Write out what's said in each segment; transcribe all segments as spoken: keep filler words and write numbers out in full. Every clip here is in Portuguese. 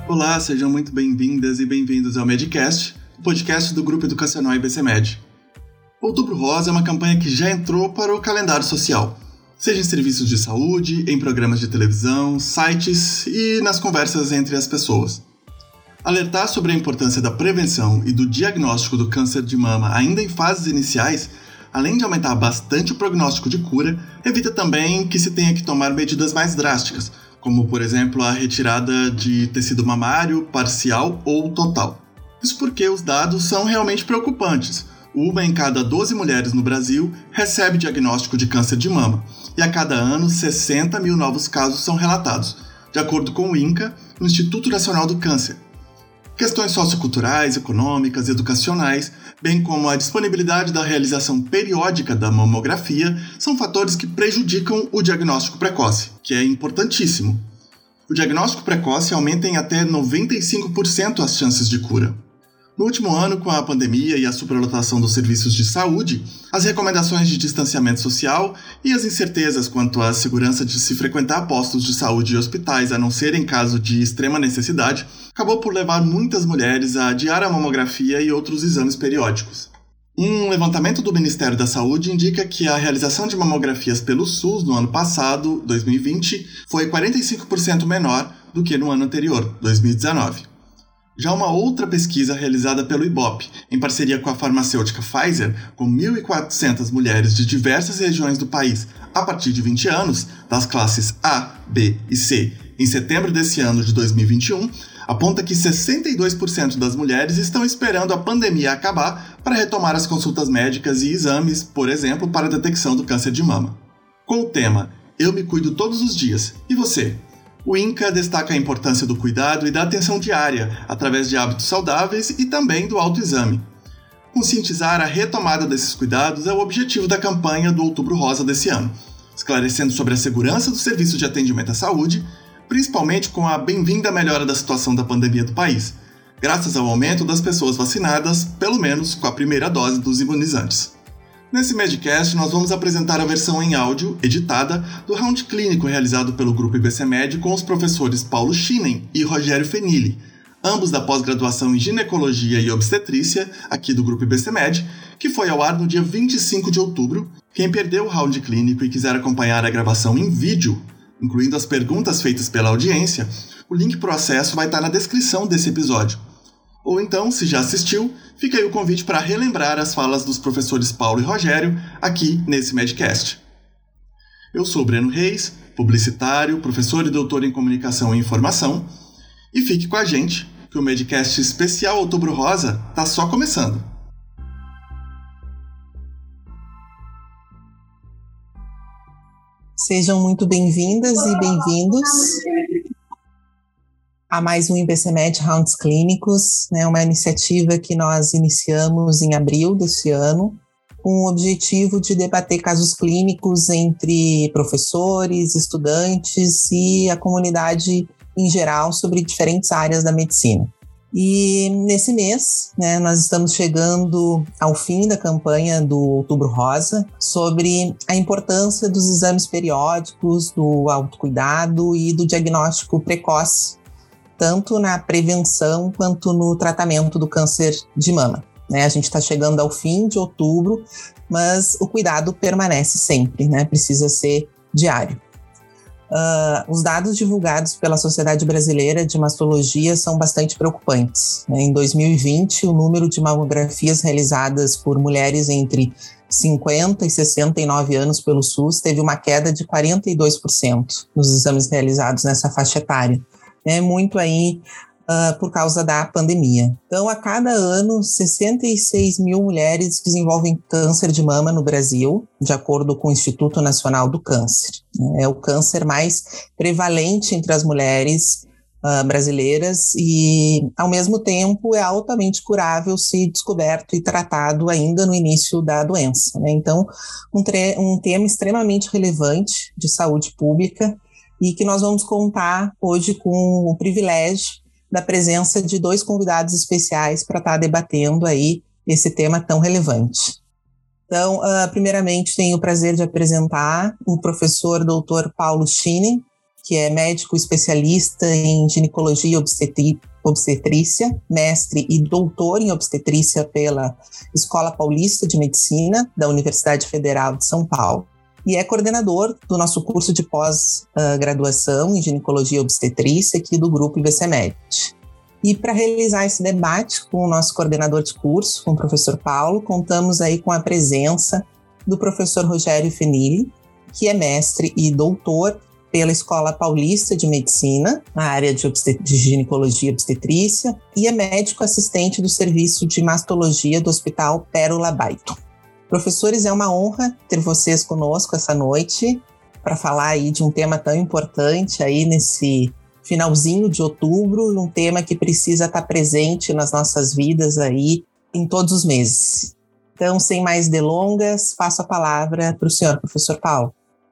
Olá, sejam muito bem-vindas e bem-vindos ao Medcast, o podcast do Grupo Educacional I B C Med. Outubro Rosa é uma campanha que já entrou para o calendário social, seja em serviços de saúde, em programas de televisão, sites e nas conversas entre as pessoas. Alertar sobre a importância da prevenção e do diagnóstico do câncer de mama ainda em fases iniciais, além de aumentar bastante o prognóstico de cura, evita também que se tenha que tomar medidas mais drásticas, como, por exemplo, a retirada de tecido mamário parcial ou total. Isso porque os dados são realmente preocupantes. Uma em cada doze mulheres no Brasil recebe diagnóstico de câncer de mama, e a cada ano sessenta mil novos casos são relatados, de acordo com o INCA, o Instituto Nacional do Câncer. Questões socioculturais, econômicas, educacionais, bem como a disponibilidade da realização periódica da mamografia, são fatores que prejudicam o diagnóstico precoce, que é importantíssimo. O diagnóstico precoce aumenta em até noventa e cinco por cento as chances de cura. No último ano, com a pandemia e a superlotação dos serviços de saúde, as recomendações de distanciamento social e as incertezas quanto à segurança de se frequentar postos de saúde e hospitais, a não ser em caso de extrema necessidade, acabou por levar muitas mulheres a adiar a mamografia e outros exames periódicos. Um levantamento do Ministério da Saúde indica que a realização de mamografias pelo SUS no ano passado, dois mil e vinte, foi quarenta e cinco por cento menor do que no ano anterior, dois mil e dezenove. Já uma outra pesquisa realizada pelo Ibope, em parceria com a farmacêutica Pfizer, com mil e quatrocentas mulheres de diversas regiões do país a partir de vinte anos, das classes A, B e C, em setembro desse ano de dois mil e vinte e um, aponta que sessenta e dois por cento das mulheres estão esperando a pandemia acabar para retomar as consultas médicas e exames, por exemplo, para a detecção do câncer de mama. Com o tema Eu me cuido todos os dias, e você? O INCA destaca a importância do cuidado e da atenção diária, através de hábitos saudáveis e também do autoexame. Conscientizar a retomada desses cuidados é o objetivo da campanha do Outubro Rosa desse ano, esclarecendo sobre a segurança do serviço de atendimento à saúde, principalmente com a bem-vinda melhora da situação da pandemia do país, graças ao aumento das pessoas vacinadas, pelo menos com a primeira dose dos imunizantes. Nesse Medcast, nós vamos apresentar a versão em áudio, editada, do round clínico realizado pelo Grupo I B C Med com os professores Paulo Schinen e Rogério Fenili, ambos da pós-graduação em Ginecologia e Obstetrícia, aqui do Grupo I B C Med, que foi ao ar no dia vinte e cinco de outubro. Quem perdeu o round clínico e quiser acompanhar a gravação em vídeo, incluindo as perguntas feitas pela audiência, o link para o acesso vai estar na descrição desse episódio. Ou então, se já assistiu, fica aí o convite para relembrar as falas dos professores Paulo e Rogério aqui nesse Medcast. Eu sou Breno Reis, publicitário, professor e doutor em Comunicação e Informação, e fique com a gente, que o Medcast especial Outubro Rosa está só começando. Sejam muito bem-vindas e bem-vindos a mais um I B C Med Rounds Clínicos, né, uma iniciativa que nós iniciamos em abril deste ano, com o objetivo de debater casos clínicos entre professores, estudantes e a comunidade em geral sobre diferentes áreas da medicina. E nesse mês, né, nós estamos chegando ao fim da campanha do Outubro Rosa sobre a importância dos exames periódicos, do autocuidado e do diagnóstico precoce, tanto na prevenção quanto no tratamento do câncer de mama. Né? A gente está chegando ao fim de outubro, mas o cuidado permanece sempre, né? Precisa ser diário. Uh, os dados divulgados pela Sociedade Brasileira de Mastologia são bastante preocupantes. Né? Em dois mil e vinte, o número de mamografias realizadas por mulheres entre cinquenta e sessenta e nove anos pelo SUS teve uma queda de quarenta e dois por cento nos exames realizados nessa faixa etária. É muito aí uh, por causa da pandemia. Então, a cada ano, sessenta e seis mil mulheres desenvolvem câncer de mama no Brasil, de acordo com o Instituto Nacional do Câncer. É o câncer mais prevalente entre as mulheres uh, brasileiras e, ao mesmo tempo, é altamente curável se descoberto e tratado ainda no início da doença. Né? Então, um, tre- um tema extremamente relevante de saúde pública, e que nós vamos contar hoje com o privilégio da presença de dois convidados especiais para estar debatendo aí esse tema tão relevante. Então, uh, primeiramente, tenho o prazer de apresentar o professor doutor Paulo Schinen, que é médico especialista em ginecologia e obstetri- obstetrícia, mestre e doutor em obstetrícia pela Escola Paulista de Medicina da Universidade Federal de São Paulo. E é coordenador do nosso curso de pós-graduação em ginecologia e obstetrícia aqui do Grupo I B C Med. E para realizar esse debate com o nosso coordenador de curso, com o professor Paulo, contamos aí com a presença do professor Rogério Fenili, que é mestre e doutor pela Escola Paulista de Medicina, na área de, obstet- de ginecologia e obstetrícia, e é médico assistente do serviço de mastologia do Hospital Pérola Baito. Professores, é uma honra ter vocês conosco essa noite para falar aí de um tema tão importante aí nesse finalzinho de outubro, um tema que precisa estar presente nas nossas vidas aí em todos os meses. Então, sem mais delongas, passo a palavra para o senhor, professor Paulo.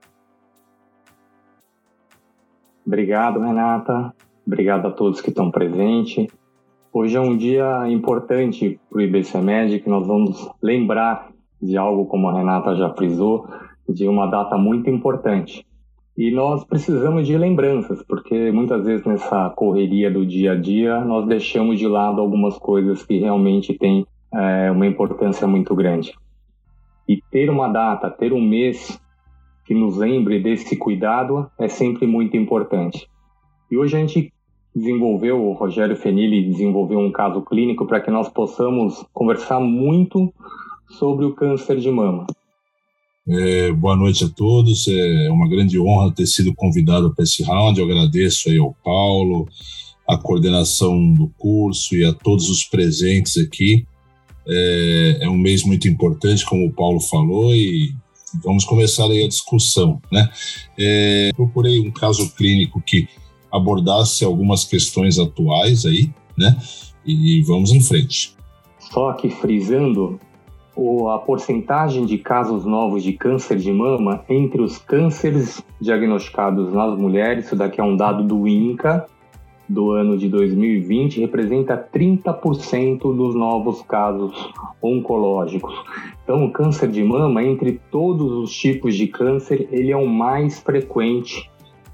Obrigado, Renata. Obrigado a todos que estão presentes. Hoje é um dia importante para o I B C Med, que nós vamos lembrar de algo, como a Renata já frisou, de uma data muito importante. E nós precisamos de lembranças, porque muitas vezes nessa correria do dia a dia, nós deixamos de lado algumas coisas que realmente têm é, uma importância muito grande. E ter uma data, ter um mês que nos lembre desse cuidado é sempre muito importante. E hoje a gente desenvolveu, o Rogério Fenili desenvolveu um caso clínico para que nós possamos conversar muito sobre o câncer de mama. É, boa noite a todos, é uma grande honra ter sido convidado para esse round. Eu agradeço aí ao Paulo, a coordenação do curso e a todos os presentes aqui. É, é um mês muito importante, como o Paulo falou, e vamos começar aí a discussão, né? É, procurei um caso clínico que abordasse algumas questões atuais aí, né? E vamos em frente. Só aqui frisando, a porcentagem de casos novos de câncer de mama entre os cânceres diagnosticados nas mulheres, isso daqui é um dado do INCA, do ano de dois mil e vinte, representa trinta por cento dos novos casos oncológicos. Então, o câncer de mama, entre todos os tipos de câncer, ele é o mais frequente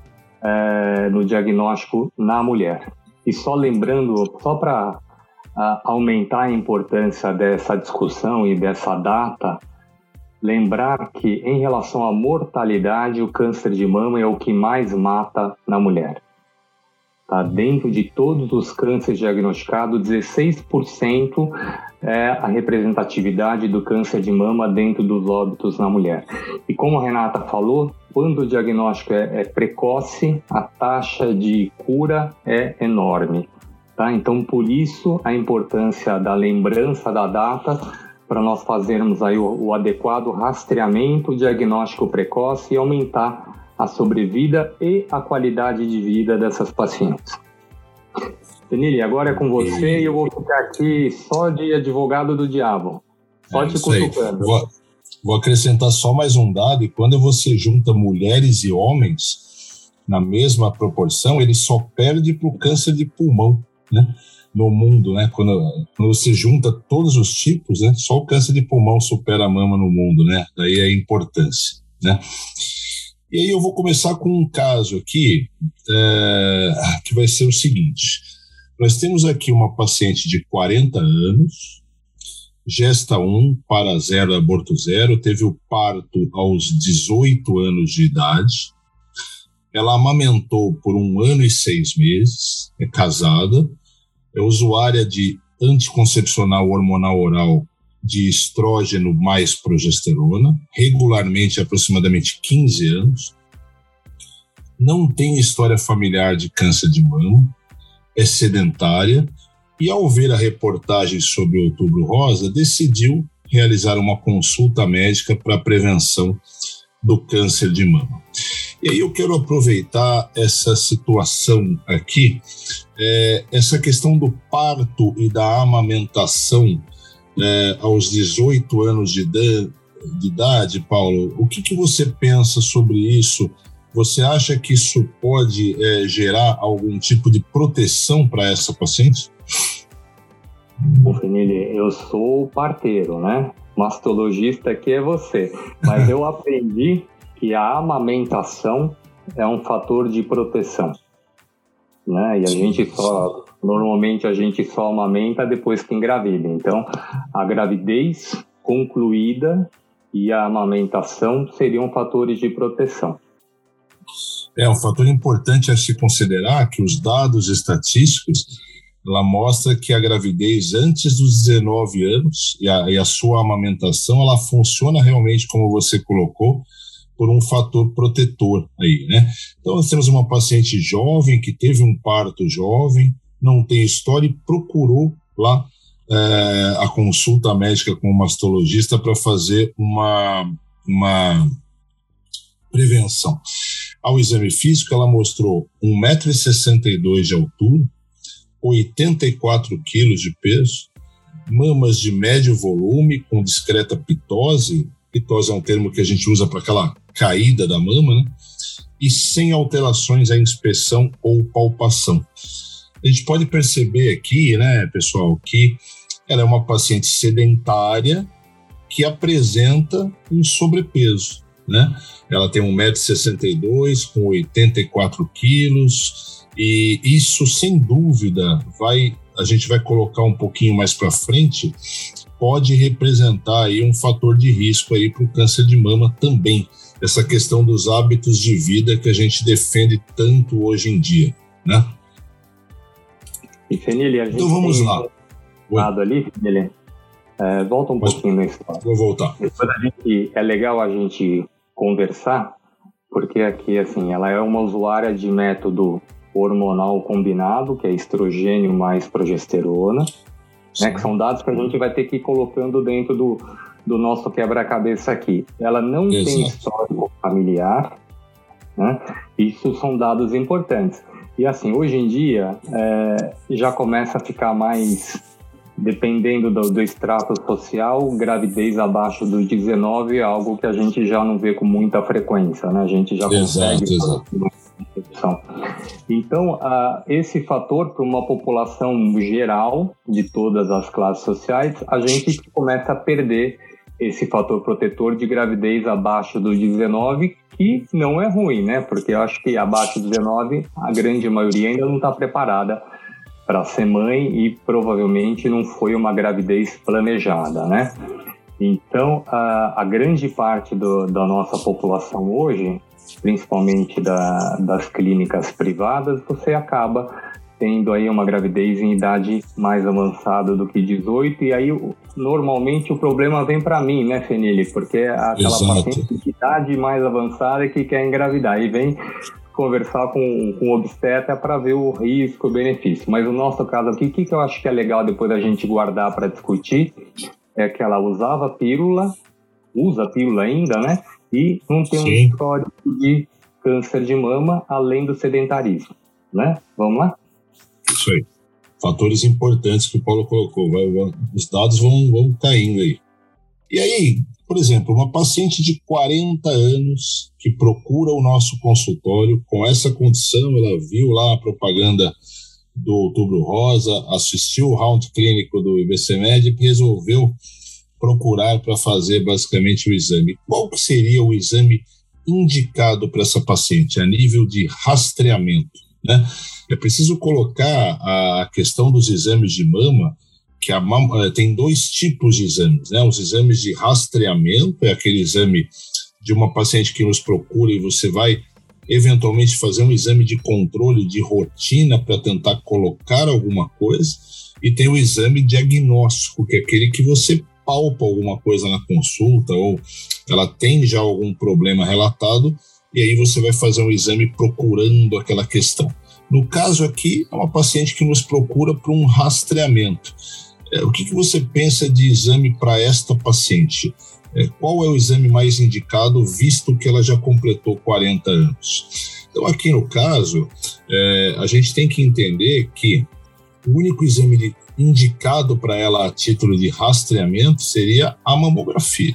é, no diagnóstico na mulher. E só lembrando, só para a aumentar a importância dessa discussão e dessa data, lembrar que em relação à mortalidade, o câncer de mama é o que mais mata na mulher. Tá? Dentro de todos os cânceres diagnosticados, dezesseis por cento é a representatividade do câncer de mama dentro dos óbitos na mulher. E como a Renata falou, quando o diagnóstico é, é precoce, a taxa de cura é enorme. Tá? Então, por isso, a importância da lembrança da data para nós fazermos aí o, o adequado rastreamento, diagnóstico precoce e aumentar a sobrevida e a qualidade de vida dessas pacientes. Fenili, agora é com você e eu vou ficar aqui só de advogado do diabo, só é te cutucando. Vou, vou acrescentar só mais um dado, e quando você junta mulheres e homens na mesma proporção, ele só perde para o câncer de pulmão. Né? No mundo, né? Quando, quando você junta todos os tipos, né? Só o câncer de pulmão supera a mama no mundo, né? Daí a importância, né? E aí eu vou começar com um caso aqui é, que vai ser o seguinte: nós temos aqui uma paciente de quarenta anos, gesta um, para zero, aborto zero, teve o parto aos dezoito anos de idade, ela amamentou por um ano e seis meses, é casada, é usuária de anticoncepcional hormonal oral de estrógeno mais progesterona, regularmente aproximadamente quinze anos, não tem história familiar de câncer de mama, é sedentária e, ao ver a reportagem sobre o Outubro Rosa, decidiu realizar uma consulta médica para a prevenção do câncer de mama. E aí eu quero aproveitar essa situação aqui, é, essa questão do parto e da amamentação é, aos dezoito anos de, de idade, Paulo. O que, que você pensa sobre isso? Você acha que isso pode é, gerar algum tipo de proteção para essa paciente? Bom, Fenili, eu sou parteiro, né? Mastologista aqui é você. Mas eu aprendi que a amamentação é um fator de proteção, né? E a gente só, normalmente a gente só amamenta depois que engravida. Então, a gravidez concluída e a amamentação seriam fatores de proteção. É um fator importante a se considerar que os dados estatísticos, ela mostra que a gravidez antes dos dezenove anos e a, e a sua amamentação, ela funciona realmente, como você colocou, por um fator protetor aí, né? Então nós temos uma paciente jovem que teve um parto jovem, não tem história e procurou lá é, a consulta médica com o mastologista para fazer uma, uma prevenção. Ao exame físico, ela mostrou um metro e sessenta e dois de altura, oitenta e quatro quilos de peso, mamas de médio volume com discreta pitose, pitose é um termo que a gente usa para aquela caída da mama, né? E sem alterações à inspeção ou palpação. A gente pode perceber aqui, né, pessoal, que ela é uma paciente sedentária que apresenta um sobrepeso, né? Ela tem um metro e sessenta e dois com oitenta e quatro quilos e isso, sem dúvida, vai, a gente vai colocar um pouquinho mais para frente, pode representar aí um fator de risco aí para o câncer de mama também. Essa questão dos hábitos de vida que a gente defende tanto hoje em dia, né? E Fenili, a gente então vamos tem lá. Um lado ali, Fenili, é, volta um Mas, pouquinho na história. Vou voltar. Depois a gente, é legal a gente conversar, porque aqui, assim, ela é uma usuária de método hormonal combinado, que é estrogênio mais progesterona, né, que são dados que a gente vai ter que ir colocando dentro do, do nosso quebra-cabeça aqui. Ela não Exato. Tem histórico familiar, né? Isso são dados importantes. E assim, hoje em dia, é, já começa a ficar mais, dependendo do, do extrato social, gravidez abaixo dos dezenove é algo que a gente já não vê com muita frequência, né? A gente já exato, consegue... Exato. Então, uh, esse fator para uma população geral de todas as classes sociais, a gente começa a perder esse fator protetor de gravidez abaixo dos dezenove, que não é ruim, né? Porque eu acho que abaixo dos dezenove, a grande maioria ainda não está preparada para ser mãe e provavelmente não foi uma gravidez planejada, né? Então, a, a grande parte do, da nossa população hoje, principalmente da, das clínicas privadas, você acaba tendo aí uma gravidez em idade mais avançada do que dezoito, e aí normalmente o problema vem para mim, né, Fenili? Porque é aquela Exato. Paciente de idade mais avançada que quer engravidar, e vem conversar com, com o obstetra para ver o risco e o benefício. Mas o nosso caso aqui, o que, que eu acho que é legal depois da gente guardar para discutir, é que ela usava pílula, usa pílula ainda, né? E não tem Sim. um histórico de câncer de mama, além do sedentarismo, né? Vamos lá? Isso aí. Fatores importantes que o Paulo colocou. Vai, vai, os dados vão, vão caindo aí. E aí, por exemplo, uma paciente de quarenta anos que procura o nosso consultório com essa condição, ela viu lá a propaganda do Outubro Rosa, assistiu o round clínico do IBCMed e resolveu procurar para fazer basicamente o exame. Qual que seria o exame indicado para essa paciente a nível de rastreamento, né? É preciso colocar a questão dos exames de mama, que a mama, tem dois tipos de exames, né? Os exames de rastreamento, é aquele exame de uma paciente que nos procura e você vai eventualmente fazer um exame de controle de rotina para tentar colocar alguma coisa, e tem o exame diagnóstico, que é aquele que você palpa alguma coisa na consulta ou ela tem já algum problema relatado e aí você vai fazer um exame procurando aquela questão. No caso aqui, é uma paciente que nos procura para um rastreamento. É, o que, que você pensa de exame para esta paciente? É, qual é o exame mais indicado, visto que ela já completou quarenta anos? Então, aqui no caso, é, a gente tem que entender que o único exame de indicado para ela a título de rastreamento seria a mamografia.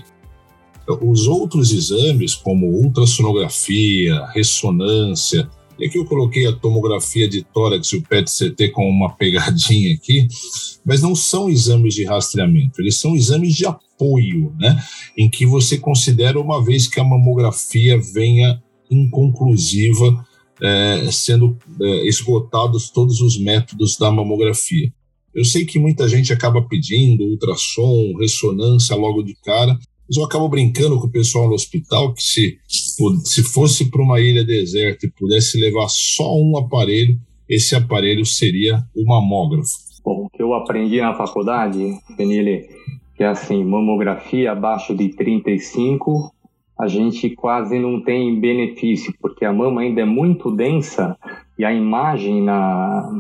Os outros exames, como ultrassonografia, ressonância, e aqui eu coloquei a tomografia de tórax e o P E T C T com uma pegadinha aqui, mas não são exames de rastreamento, eles são exames de apoio, né? Em que você considera uma vez que a mamografia venha inconclusiva, é, sendo é, esgotados todos os métodos da mamografia. Eu sei que muita gente acaba pedindo ultrassom, ressonância logo de cara, mas eu acabo brincando com o pessoal no hospital que se, se fosse para uma ilha deserta e pudesse levar só um aparelho, esse aparelho seria o mamógrafo. Bom, o que eu aprendi na faculdade, Fenile, que é assim, mamografia abaixo de trinta e cinco, a gente quase não tem benefício, porque a mama ainda é muito densa e a imagem na...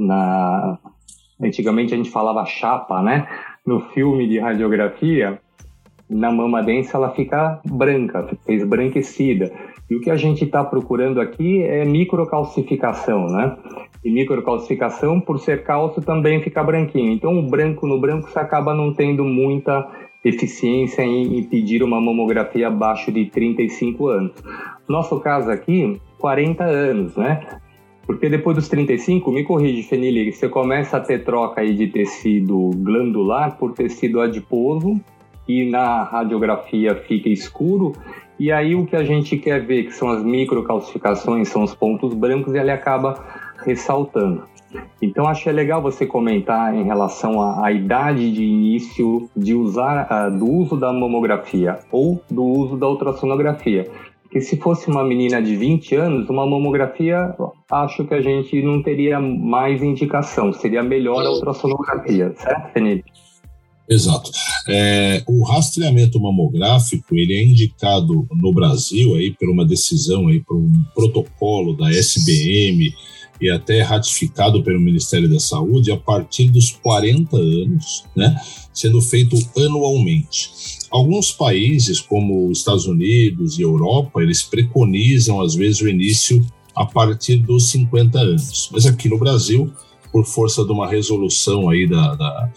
na... Antigamente a gente falava chapa, né? No filme de radiografia, na mama densa ela fica branca, fica esbranquecida. E o que a gente está procurando aqui é microcalcificação, né? E microcalcificação, por ser cálcio, também fica branquinho. Então, o branco no branco, você acaba não tendo muita eficiência em, em pedir uma mamografia abaixo de trinta e cinco anos. Nosso caso aqui, quarenta anos, né? Porque depois dos trinta e cinco, me corrige, Fenile, você começa a ter troca aí de tecido glandular por tecido adiposo, e na radiografia fica escuro, e aí o que a gente quer ver, que são as microcalcificações, são os pontos brancos, e ele acaba ressaltando. Então, achei legal você comentar em relação à, à idade de início de usar, uh, do uso da mamografia ou do uso da ultrassonografia. Porque se fosse uma menina de vinte anos, uma mamografia, acho que a gente não teria mais indicação, seria melhor a ultrassonografia, certo, Felipe? Exato. É, o rastreamento mamográfico, ele é indicado no Brasil aí por uma decisão, aí por um protocolo da S B M e até ratificado pelo Ministério da Saúde a partir dos quarenta anos, né, sendo feito anualmente. Alguns países, como os Estados Unidos e Europa, eles preconizam às vezes o início a partir dos cinquenta anos. Mas aqui no Brasil, por força de uma resolução aí da, da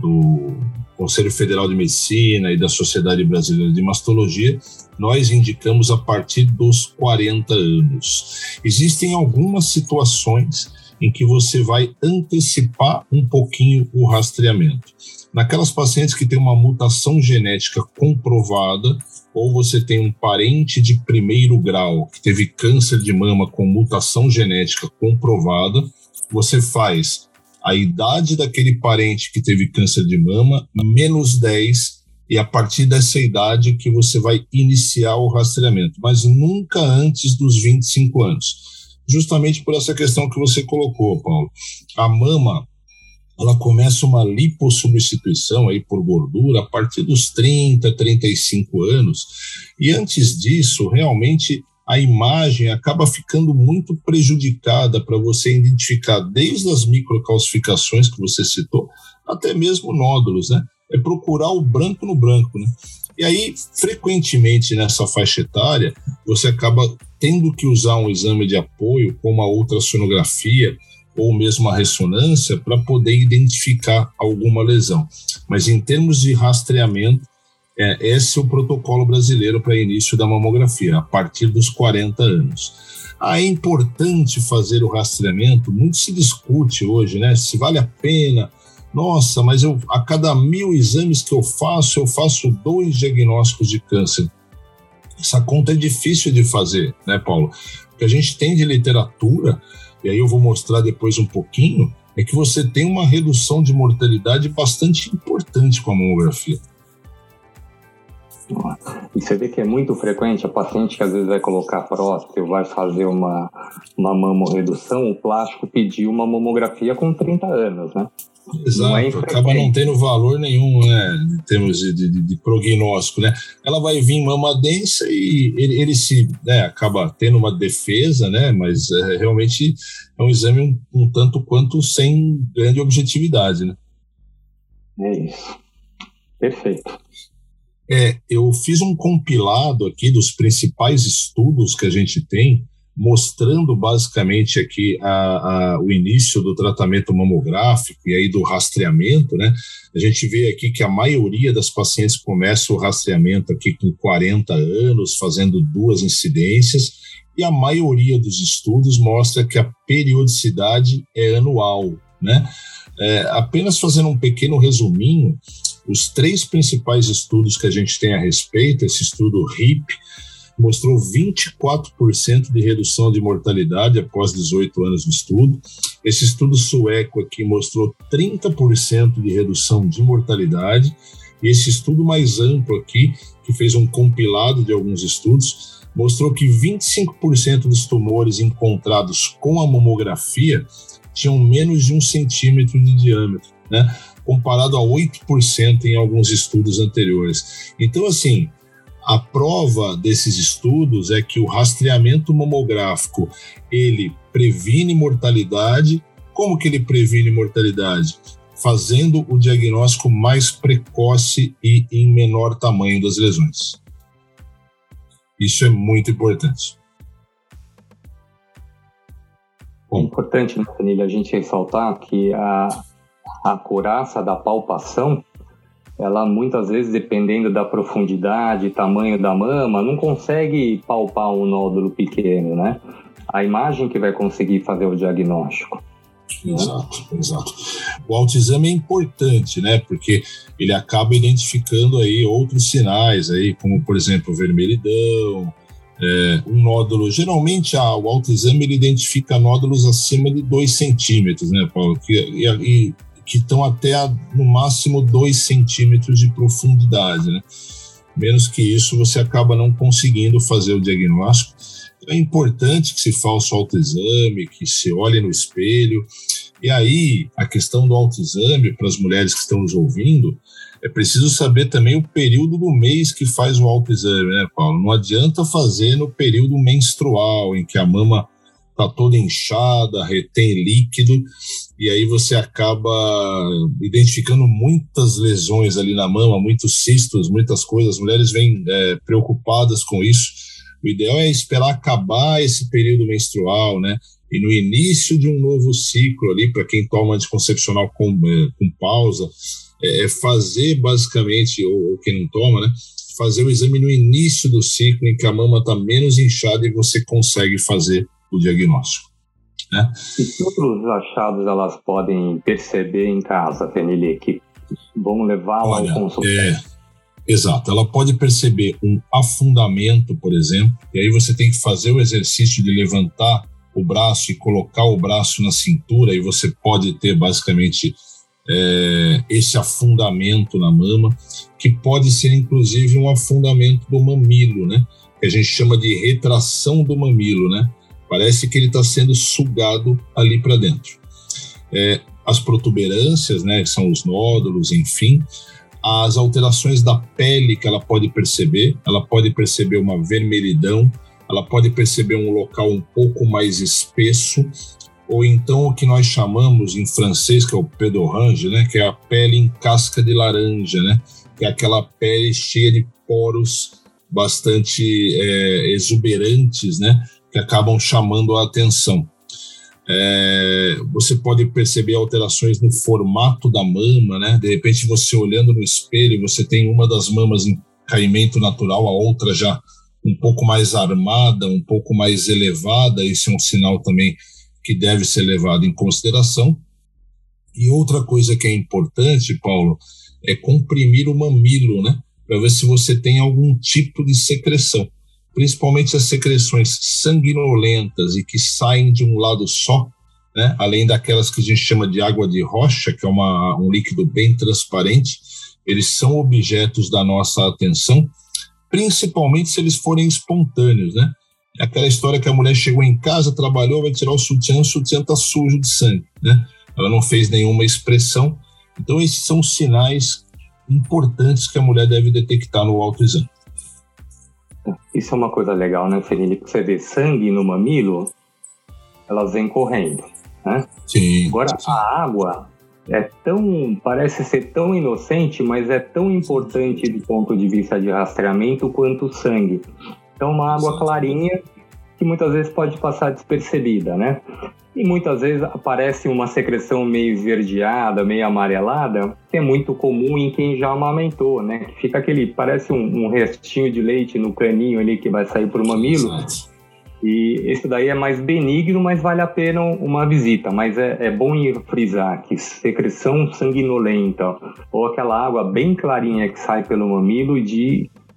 do Conselho Federal de Medicina e da Sociedade Brasileira de Mastologia, nós indicamos a partir dos quarenta anos. Existem algumas situações em que você vai antecipar um pouquinho o rastreamento. Naquelas pacientes que têm uma mutação genética comprovada, ou você tem um parente de primeiro grau que teve câncer de mama com mutação genética comprovada, você faz a idade daquele parente que teve câncer de mama, menos dez, e a partir dessa idade que você vai iniciar o rastreamento, mas nunca antes dos vinte e cinco anos. Justamente por essa questão que você colocou, Paulo. A mama, ela começa uma lipossubstituição aí por gordura a partir dos trinta, trinta e cinco anos, e antes disso, realmente, a imagem acaba ficando muito prejudicada para você identificar desde as microcalcificações que você citou, até mesmo nódulos, né? É procurar o branco no branco, né? E aí, frequentemente nessa faixa etária, você acaba tendo que usar um exame de apoio, como a ultrassonografia ou mesmo a ressonância, para poder identificar alguma lesão. Mas em termos de rastreamento, É, esse é o protocolo brasileiro para início da mamografia, a partir dos quarenta anos. Ah, é importante fazer o rastreamento? Muito se discute hoje, né? Se vale a pena. Nossa, mas eu, a cada mil exames que eu faço, eu faço dois diagnósticos de câncer. Essa conta é difícil de fazer, né, Paulo? O que a gente tem de literatura, e aí eu vou mostrar depois um pouquinho, é que você tem uma redução de mortalidade bastante importante com a mamografia. E você vê que é muito frequente a paciente que às vezes vai colocar próstata ou vai fazer uma, uma mamorredução, o plástico pediu uma mamografia com trinta anos, né? Exato, não é acaba não tendo valor nenhum, né, em termos de, de, de prognóstico, né? Ela vai vir mama densa e ele, ele se, né, acaba tendo uma defesa, né? Mas é, realmente é um exame um, um tanto quanto sem grande objetividade, né? É isso. Perfeito. É, eu fiz um compilado aqui dos principais estudos que a gente tem, mostrando basicamente aqui a, a, o início do tratamento mamográfico e aí do rastreamento, né? A gente vê aqui que a maioria das pacientes começa o rastreamento aqui com quarenta anos, fazendo duas incidências, e a maioria dos estudos mostra que a periodicidade é anual, né? É, apenas fazendo um pequeno resuminho, os três principais estudos que a gente tem a respeito, esse estudo R I P, mostrou vinte e quatro por cento de redução de mortalidade após dezoito anos de estudo. Esse estudo sueco aqui mostrou trinta por cento de redução de mortalidade. E esse estudo mais amplo aqui, que fez um compilado de alguns estudos, mostrou que vinte e cinco por cento dos tumores encontrados com a mamografia tinham menos de um centímetro de diâmetro, né? Comparado a oito por cento em alguns estudos anteriores. Então, assim, a prova desses estudos é que o rastreamento mamográfico, ele previne mortalidade. Como que ele previne mortalidade? Fazendo o diagnóstico mais precoce e em menor tamanho das lesões. Isso é muito importante. Bom. É importante, né, Danilo, a gente ressaltar que a, a couraça da palpação, ela muitas vezes, dependendo da profundidade e tamanho da mama, não consegue palpar um nódulo pequeno, né? A imagem que vai conseguir fazer o diagnóstico. Exato, exato. O autoexame é importante, né? Porque ele acaba identificando aí outros sinais, aí, como, por exemplo, vermelhidão, é, um nódulo. Geralmente, ah, o autoexame ele identifica nódulos acima de dois centímetros, né, Paulo? Que, e, e, que estão até a, no máximo dois centímetros de profundidade, né? Menos que isso, você acaba não conseguindo fazer o diagnóstico. É importante que se faça o autoexame, que se olhe no espelho. E aí, a questão do autoexame, para as mulheres que estão nos ouvindo, é preciso saber também o período do mês que faz o autoexame, né, Paulo? Não adianta fazer no período menstrual, em que a mama está toda inchada, retém líquido, e aí você acaba identificando muitas lesões ali na mama, muitos cistos, muitas coisas. As mulheres vêm é, preocupadas com isso. O ideal é esperar acabar esse período menstrual, né? E no início de um novo ciclo ali, para quem toma anticoncepcional com, com pausa, é fazer basicamente, ou, ou quem não toma, né? Fazer o exame no início do ciclo, em que a mama está menos inchada e você consegue fazer o diagnóstico, né? E que outros achados elas podem perceber em casa, Penili, que vão levá-la ao consultório? É... Exato, ela pode perceber um afundamento, por exemplo, e aí você tem que fazer o exercício de levantar o braço e colocar o braço na cintura, e você pode ter basicamente é, esse afundamento na mama, que pode ser inclusive um afundamento do mamilo, né? Que a gente chama de retração do mamilo, né? Parece que ele está sendo sugado ali para dentro. É, as protuberâncias, né? Que são os nódulos, enfim. As alterações da pele que ela pode perceber, ela pode perceber uma vermelhidão, ela pode perceber um local um pouco mais espesso, ou então o que nós chamamos em francês, que é o peau d'orange, né, que é a pele em casca de laranja, né, que é aquela pele cheia de poros bastante é, exuberantes, né, que acabam chamando a atenção. É, você pode perceber alterações no formato da mama, né? De repente você olhando no espelho, você tem uma das mamas em caimento natural, a outra já um pouco mais armada, um pouco mais elevada. Esse é um sinal também que deve ser levado em consideração. E outra coisa que é importante, Paulo, é comprimir o mamilo, né? Para ver se você tem algum tipo de secreção. Principalmente as secreções sanguinolentas e que saem de um lado só, né? Além daquelas que a gente chama de água de rocha, que é uma, um líquido bem transparente, eles são objetos da nossa atenção, principalmente se eles forem espontâneos, né? Aquela história que a mulher chegou em casa, trabalhou, vai tirar o sutiã, o sutiã está sujo de sangue, né? Ela não fez nenhuma expressão. Então esses são sinais importantes que a mulher deve detectar no autoexame. Isso é uma coisa legal, né, Felipe? Você vê sangue no mamilo, elas vêm correndo, né? Sim. Agora, sim. a água é tão, parece ser tão inocente, mas é tão importante do ponto de vista de rastreamento quanto o sangue. Então, uma água clarinha que muitas vezes pode passar despercebida, né? E muitas vezes aparece uma secreção meio esverdeada, meio amarelada, que é muito comum em quem já amamentou, né? Que fica aquele, parece um, um restinho de leite no caninho ali que vai sair por mamilo. Exato. E esse daí é mais benigno, mas vale a pena uma visita. Mas é, é bom frisar que secreção sanguinolenta ou aquela água bem clarinha que sai pelo mamilo de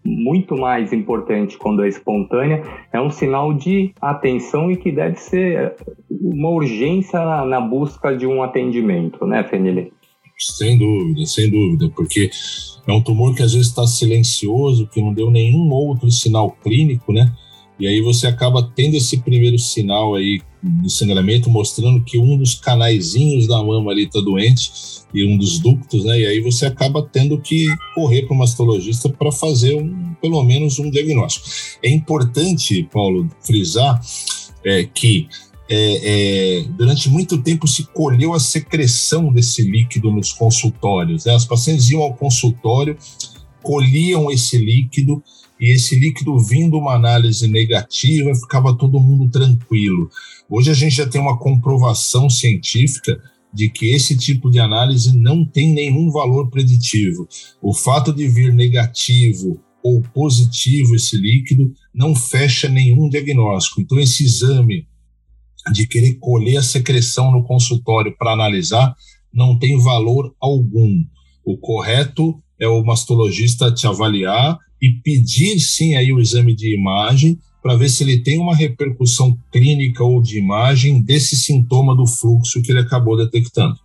muito mais importante quando é espontânea, é um sinal de atenção e que deve ser uma urgência na, na busca de um atendimento, né, Fenile? Sem dúvida, sem dúvida, porque é um tumor que às vezes está silencioso, que não deu nenhum outro sinal clínico, né? E aí você acaba tendo esse primeiro sinal aí de sangramento, mostrando que um dos canaizinhos da mama ali está doente, e um dos ductos, né? E aí você acaba tendo que correr para o mastologista para fazer um, pelo menos um diagnóstico. É importante, Paulo, frisar é, que é, é, durante muito tempo se colheu a secreção desse líquido nos consultórios, né? As pacientes iam ao consultório, colhiam esse líquido, e esse líquido vindo uma análise negativa, ficava todo mundo tranquilo. Hoje a gente já tem uma comprovação científica de que esse tipo de análise não tem nenhum valor preditivo. O fato de vir negativo ou positivo esse líquido não fecha nenhum diagnóstico. Então esse exame de querer colher a secreção no consultório para analisar não tem valor algum. O correto é o mastologista te avaliar e pedir sim aí o exame de imagem para ver se ele tem uma repercussão clínica ou de imagem desse sintoma do fluxo que ele acabou detectando.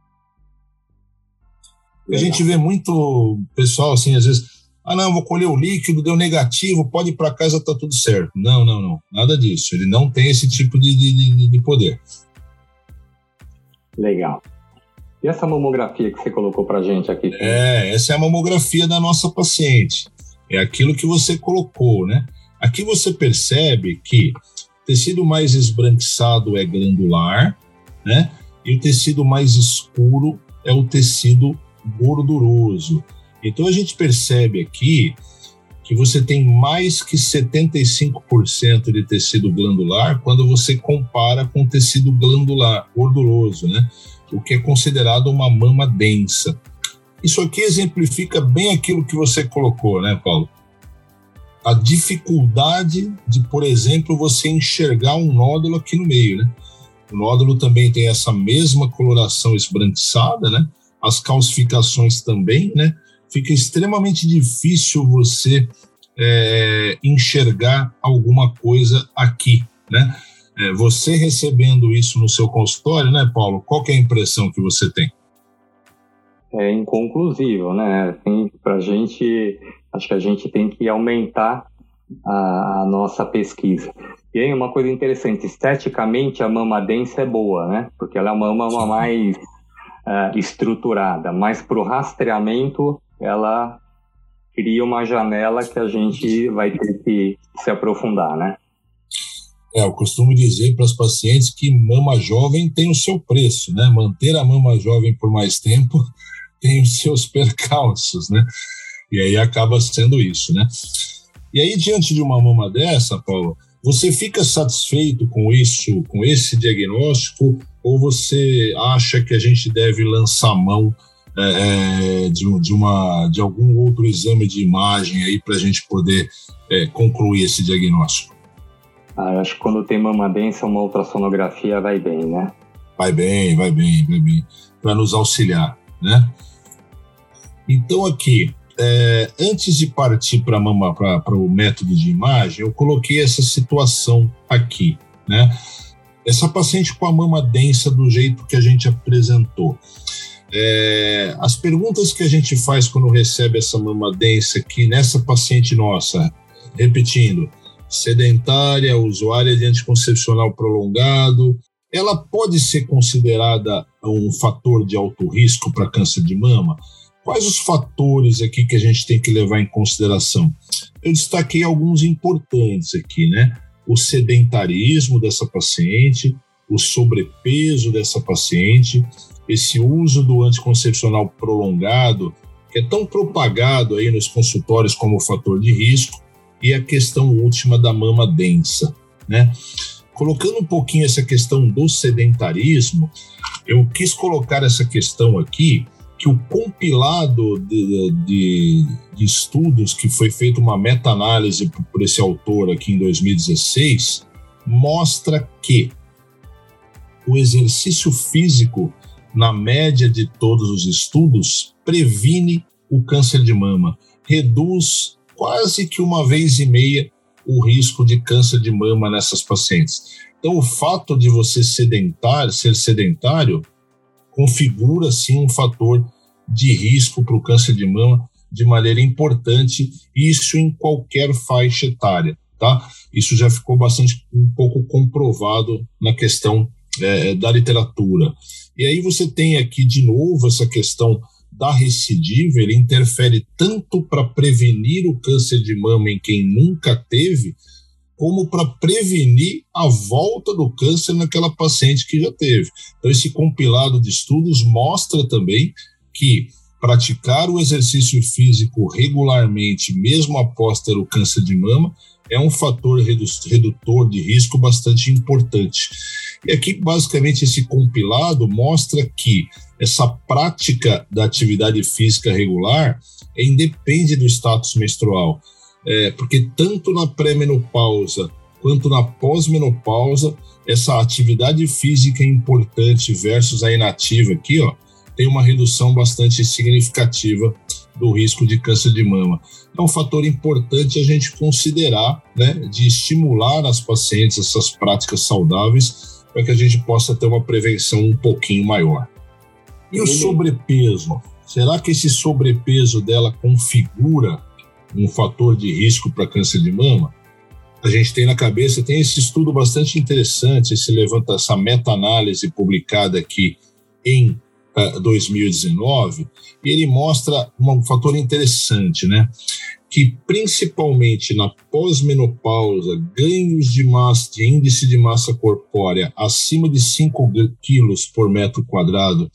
Legal. A gente vê muito pessoal assim, às vezes, ah não, vou colher o líquido, deu negativo, pode ir para casa, tá tudo certo. Não, não, não, nada disso. Ele não tem esse tipo de, de, de poder. Legal. E essa mamografia que você colocou para gente aqui? É, essa é a mamografia da nossa paciente. É aquilo que você colocou, né? Aqui você percebe que o tecido mais esbranquiçado é glandular, né? E o tecido mais escuro é o tecido gorduroso. Então a gente percebe aqui que você tem mais que setenta e cinco por cento de tecido glandular quando você compara com o tecido glandular gorduroso, né? O que é considerado uma mama densa. Isso aqui exemplifica bem aquilo que você colocou, né, Paulo? A dificuldade de, por exemplo, você enxergar um nódulo aqui no meio, né? O nódulo também tem essa mesma coloração esbranquiçada, né? As calcificações também, né? Fica extremamente difícil você é, enxergar alguma coisa aqui, né? É, você recebendo isso no seu consultório, né, Paulo? Qual que é a impressão que você tem? É inconclusivo, né? Assim, pra gente, acho que a gente tem que aumentar a, a nossa pesquisa. E aí, uma coisa interessante, esteticamente a mama densa é boa, né? Porque ela é uma mama mais uh, estruturada, mas para o rastreamento ela cria uma janela que a gente vai ter que se aprofundar, né? É, eu costumo dizer para as pacientes que mama jovem tem o seu preço, né? Manter a mama jovem por mais tempo tem os seus percalços, né? E aí acaba sendo isso, né? E aí, diante de uma mama dessa, Paulo, você fica satisfeito com isso, com esse diagnóstico, ou você acha que a gente deve lançar mão é, de, de, uma, de algum outro exame de imagem aí para a gente poder é, concluir esse diagnóstico? Ah, eu acho que quando tem mama densa, uma ultrassonografia vai bem, né? Vai bem, vai bem, vai bem, para nos auxiliar, né? Então aqui, é, antes de partir para o método de imagem, eu coloquei essa situação aqui, né? Essa paciente com a mama densa do jeito que a gente apresentou. É, as perguntas que a gente faz quando recebe essa mama densa aqui nessa paciente nossa, repetindo, sedentária, usuária de anticoncepcional prolongado, ela pode ser considerada um fator de alto risco para câncer de mama? Quais os fatores aqui que a gente tem que levar em consideração? Eu destaquei alguns importantes aqui, né? O sedentarismo dessa paciente, o sobrepeso dessa paciente, esse uso do anticoncepcional prolongado, que é tão propagado aí nos consultórios como fator de risco, e a questão última da mama densa, né? Colocando um pouquinho essa questão do sedentarismo, eu quis colocar essa questão aqui, que o compilado de, de, de estudos, que foi feita uma meta-análise por, por esse autor aqui em dois mil e dezesseis, mostra que o exercício físico, na média de todos os estudos, previne o câncer de mama, reduz quase que uma vez e meia o risco de câncer de mama nessas pacientes. Então, o fato de você sedentar, ser sedentário configura, sim, um fator de risco para o câncer de mama de maneira importante, isso em qualquer faixa etária, tá? Isso já ficou bastante, um pouco comprovado na questão é, da literatura. E aí você tem aqui, de novo, essa questão da recidiva, ele interfere tanto para prevenir o câncer de mama em quem nunca teve, como para prevenir a volta do câncer naquela paciente que já teve. Então, esse compilado de estudos mostra também que praticar o exercício físico regularmente, mesmo após ter o câncer de mama, é um fator redutor de risco bastante importante. E aqui, basicamente, esse compilado mostra que essa prática da atividade física regular é, independe do status menstrual, é, porque tanto na pré-menopausa quanto na pós-menopausa, essa atividade física importante versus a inativa aqui, ó, tem uma redução bastante significativa do risco de câncer de mama. É um fator importante a gente considerar, né, de estimular as pacientes essas práticas saudáveis para que a gente possa ter uma prevenção um pouquinho maior. E o sobrepeso? Será que esse sobrepeso dela configura um fator de risco para câncer de mama? A gente tem na cabeça, tem esse estudo bastante interessante, esse levanta, essa meta-análise publicada aqui em uh, dois mil e dezenove, e ele mostra um fator interessante, né? Que principalmente na pós-menopausa, ganhos de massa, de índice de massa corpórea acima de cinco quilos por metro quadrado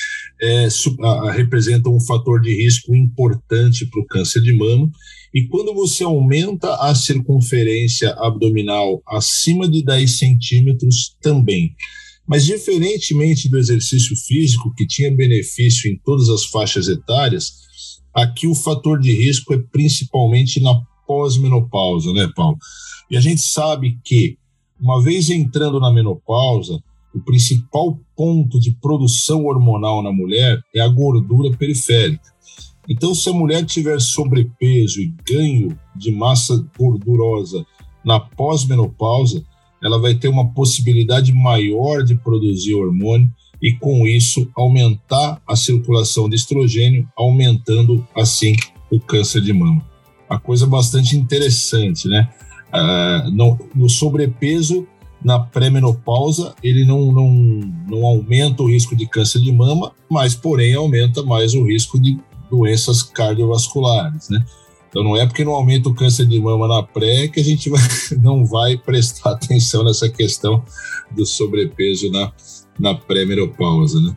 é, a, representam um fator de risco importante para o câncer de mama. E quando você aumenta a circunferência abdominal acima de dez centímetros, também. Mas diferentemente do exercício físico, que tinha benefício em todas as faixas etárias, aqui o fator de risco é principalmente na pós-menopausa, né, Paulo? E a gente sabe que, uma vez entrando na menopausa, o principal ponto de produção hormonal na mulher é a gordura periférica. Então, se a mulher tiver sobrepeso e ganho de massa gordurosa na pós-menopausa, ela vai ter uma possibilidade maior de produzir hormônio e, com isso, aumentar a circulação de estrogênio, aumentando, assim, o câncer de mama. Uma coisa bastante interessante, né? Ah, no, no sobrepeso, na pré-menopausa, ele não, não, não aumenta o risco de câncer de mama, mas, porém, aumenta mais o risco de doenças cardiovasculares, né? Então, não é porque não aumenta o câncer de mama na pré que a gente vai, não vai prestar atenção nessa questão do sobrepeso na, na pré-menopausa, né?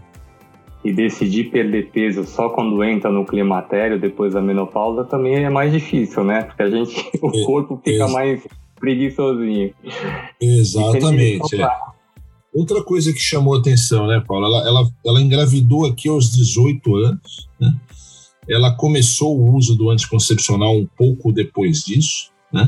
E decidir perder peso só quando entra no climatério, depois da menopausa, também é mais difícil, né? Porque a gente, o corpo fica é, mais preguiçosinho. Exatamente. É. Outra coisa que chamou atenção, né, Paula? Ela, ela, ela engravidou aqui aos dezoito anos, né? Ela começou o uso do anticoncepcional um pouco depois disso, né?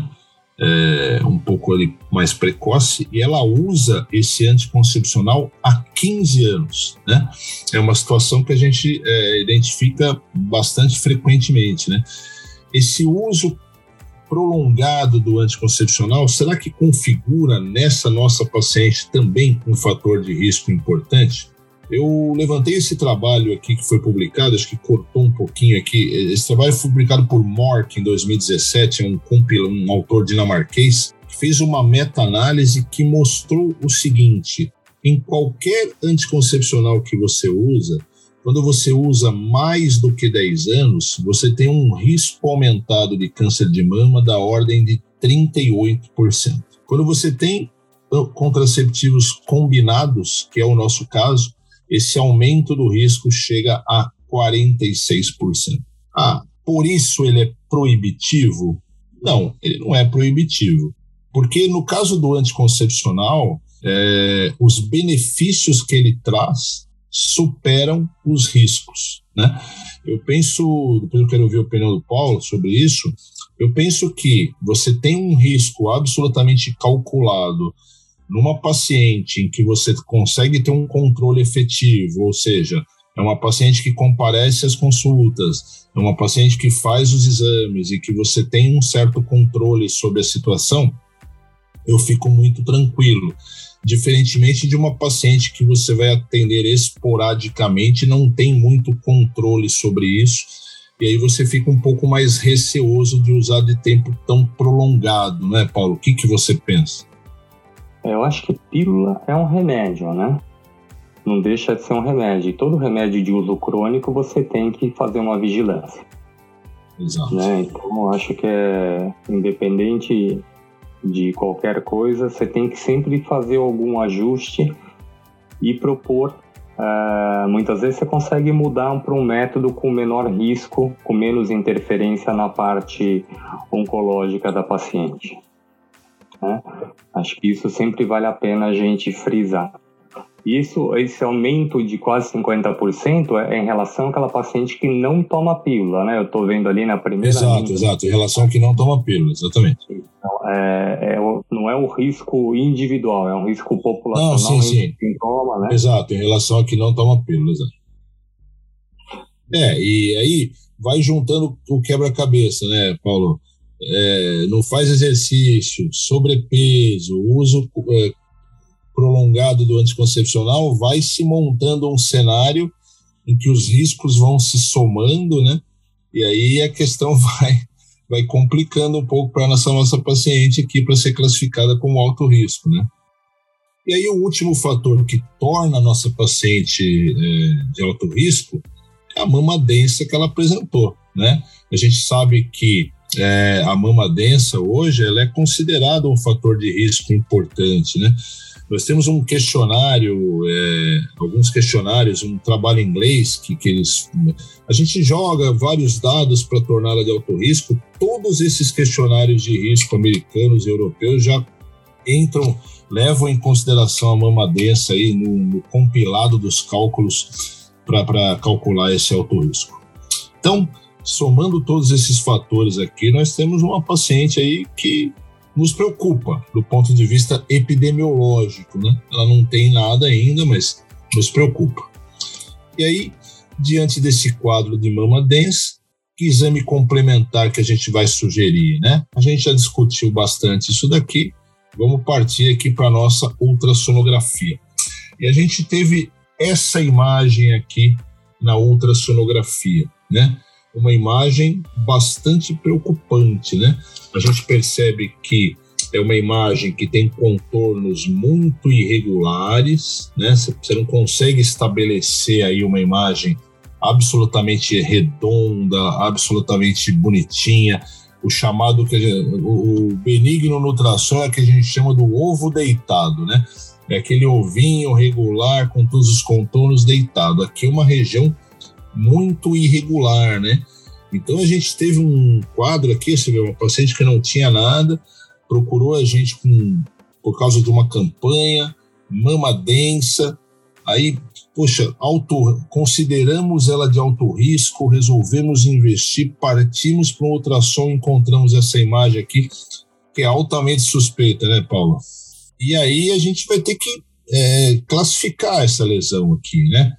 É, um pouco ali mais precoce, e ela usa esse anticoncepcional há quinze anos, né? É uma situação que a gente é, identifica bastante frequentemente, né? Esse uso prolongado do anticoncepcional, será que configura nessa nossa paciente também um fator de risco importante? Eu levantei esse trabalho aqui que foi publicado, acho que cortou um pouquinho aqui. Esse trabalho foi publicado por Mork em dois mil e dezessete, é um, compil, um autor dinamarquês, que fez uma meta-análise que mostrou o seguinte: em qualquer anticoncepcional que você usa, quando você usa mais do que dez anos, você tem um risco aumentado de câncer de mama da ordem de trinta e oito por cento. Quando você tem contraceptivos combinados, que é o nosso caso, esse aumento do risco chega a quarenta e seis por cento. Ah, por isso ele é proibitivo? Não, ele não é proibitivo. Porque no caso do anticoncepcional, é, os benefícios que ele traz superam os riscos, né? Eu penso, depois eu quero ouvir a opinião do Paulo sobre isso, eu penso que você tem um risco absolutamente calculado numa paciente em que você consegue ter um controle efetivo, ou seja, é uma paciente que comparece às consultas, é uma paciente que faz os exames e que você tem um certo controle sobre a situação, eu fico muito tranquilo. Diferentemente de uma paciente que você vai atender esporadicamente, não tem muito controle sobre isso, e aí você fica um pouco mais receoso de usar de tempo tão prolongado, né, Paulo? O que, que você pensa? Eu acho que pílula é um remédio, né? Não deixa de ser um remédio. E todo remédio de uso crônico você tem que fazer uma vigilância. Exato. Né? Então eu acho que é independente de qualquer coisa, você tem que sempre fazer algum ajuste e propor. Uh, muitas vezes você consegue mudar para um método com menor risco, com menos interferência na parte oncológica da paciente. Né? Acho que isso sempre vale a pena a gente frisar. Isso, esse aumento de quase cinquenta por cento é em relação àquela paciente que não toma pílula, né? Eu estou vendo ali na primeira... Exato, linha. exato, em relação ao que não toma pílula, exatamente. Então, é, é, não é o risco individual, é um risco populacional. Não, sim, sim. Quem toma, né? Exato, em relação ao que não toma pílula, exato. É, e aí vai juntando o quebra-cabeça, né, Paulo? É, não faz exercício, sobrepeso, uso... É, prolongado do anticoncepcional, vai se montando um cenário em que os riscos vão se somando, né? E aí a questão vai, vai complicando um pouco para essa nossa paciente aqui para ser classificada como alto risco, né? E aí o último fator que torna a nossa paciente é, de alto risco é a mama densa que ela apresentou, né? A gente sabe que é, a mama densa hoje ela é considerada um fator de risco importante, né? Nós temos um questionário, é, alguns questionários, um trabalho em inglês que, que eles... A gente joga vários dados para torná-la de alto risco. Todos esses questionários de risco americanos e europeus já entram, levam em consideração a mama densa aí no, no compilado dos cálculos para calcular esse alto risco. Então, somando todos esses fatores aqui, nós temos uma paciente aí que nos preocupa do ponto de vista epidemiológico, né? Ela não tem nada ainda, mas nos preocupa. E aí, diante desse quadro de mama densa, que exame complementar que a gente vai sugerir, né? A gente já discutiu bastante isso daqui, vamos partir aqui para a nossa ultrassonografia. E a gente teve essa imagem aqui na ultrassonografia, né? Uma imagem bastante preocupante, né? A gente percebe que é uma imagem que tem contornos muito irregulares, né? Você não consegue estabelecer aí uma imagem absolutamente redonda, absolutamente bonitinha. O chamado, que gente, o benigno no ultrassom é que a gente chama do ovo deitado, né? É aquele ovinho regular com todos os contornos deitado. Aqui é uma região muito irregular, né? Então a gente teve um quadro aqui, você vê, uma paciente que não tinha nada, procurou a gente com, por causa de uma campanha, mama densa, aí, poxa, alto, consideramos ela de alto risco, resolvemos investir, partimos para um ultrassom, encontramos essa imagem aqui, que é altamente suspeita, né, Paulo? E aí a gente vai ter que é, classificar essa lesão aqui, né?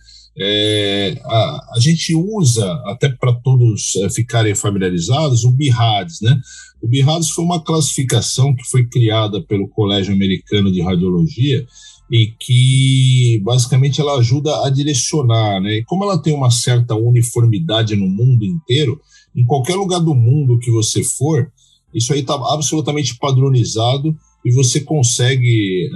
É, a, a gente usa, até para todos é, ficarem familiarizados, o B I R A D S, né? O B I R A D S foi uma classificação que foi criada pelo Colégio Americano de Radiologia e que basicamente ela ajuda a direcionar, né? E como ela tem uma certa uniformidade no mundo inteiro, em qualquer lugar do mundo que você for, isso aí está absolutamente padronizado e você consegue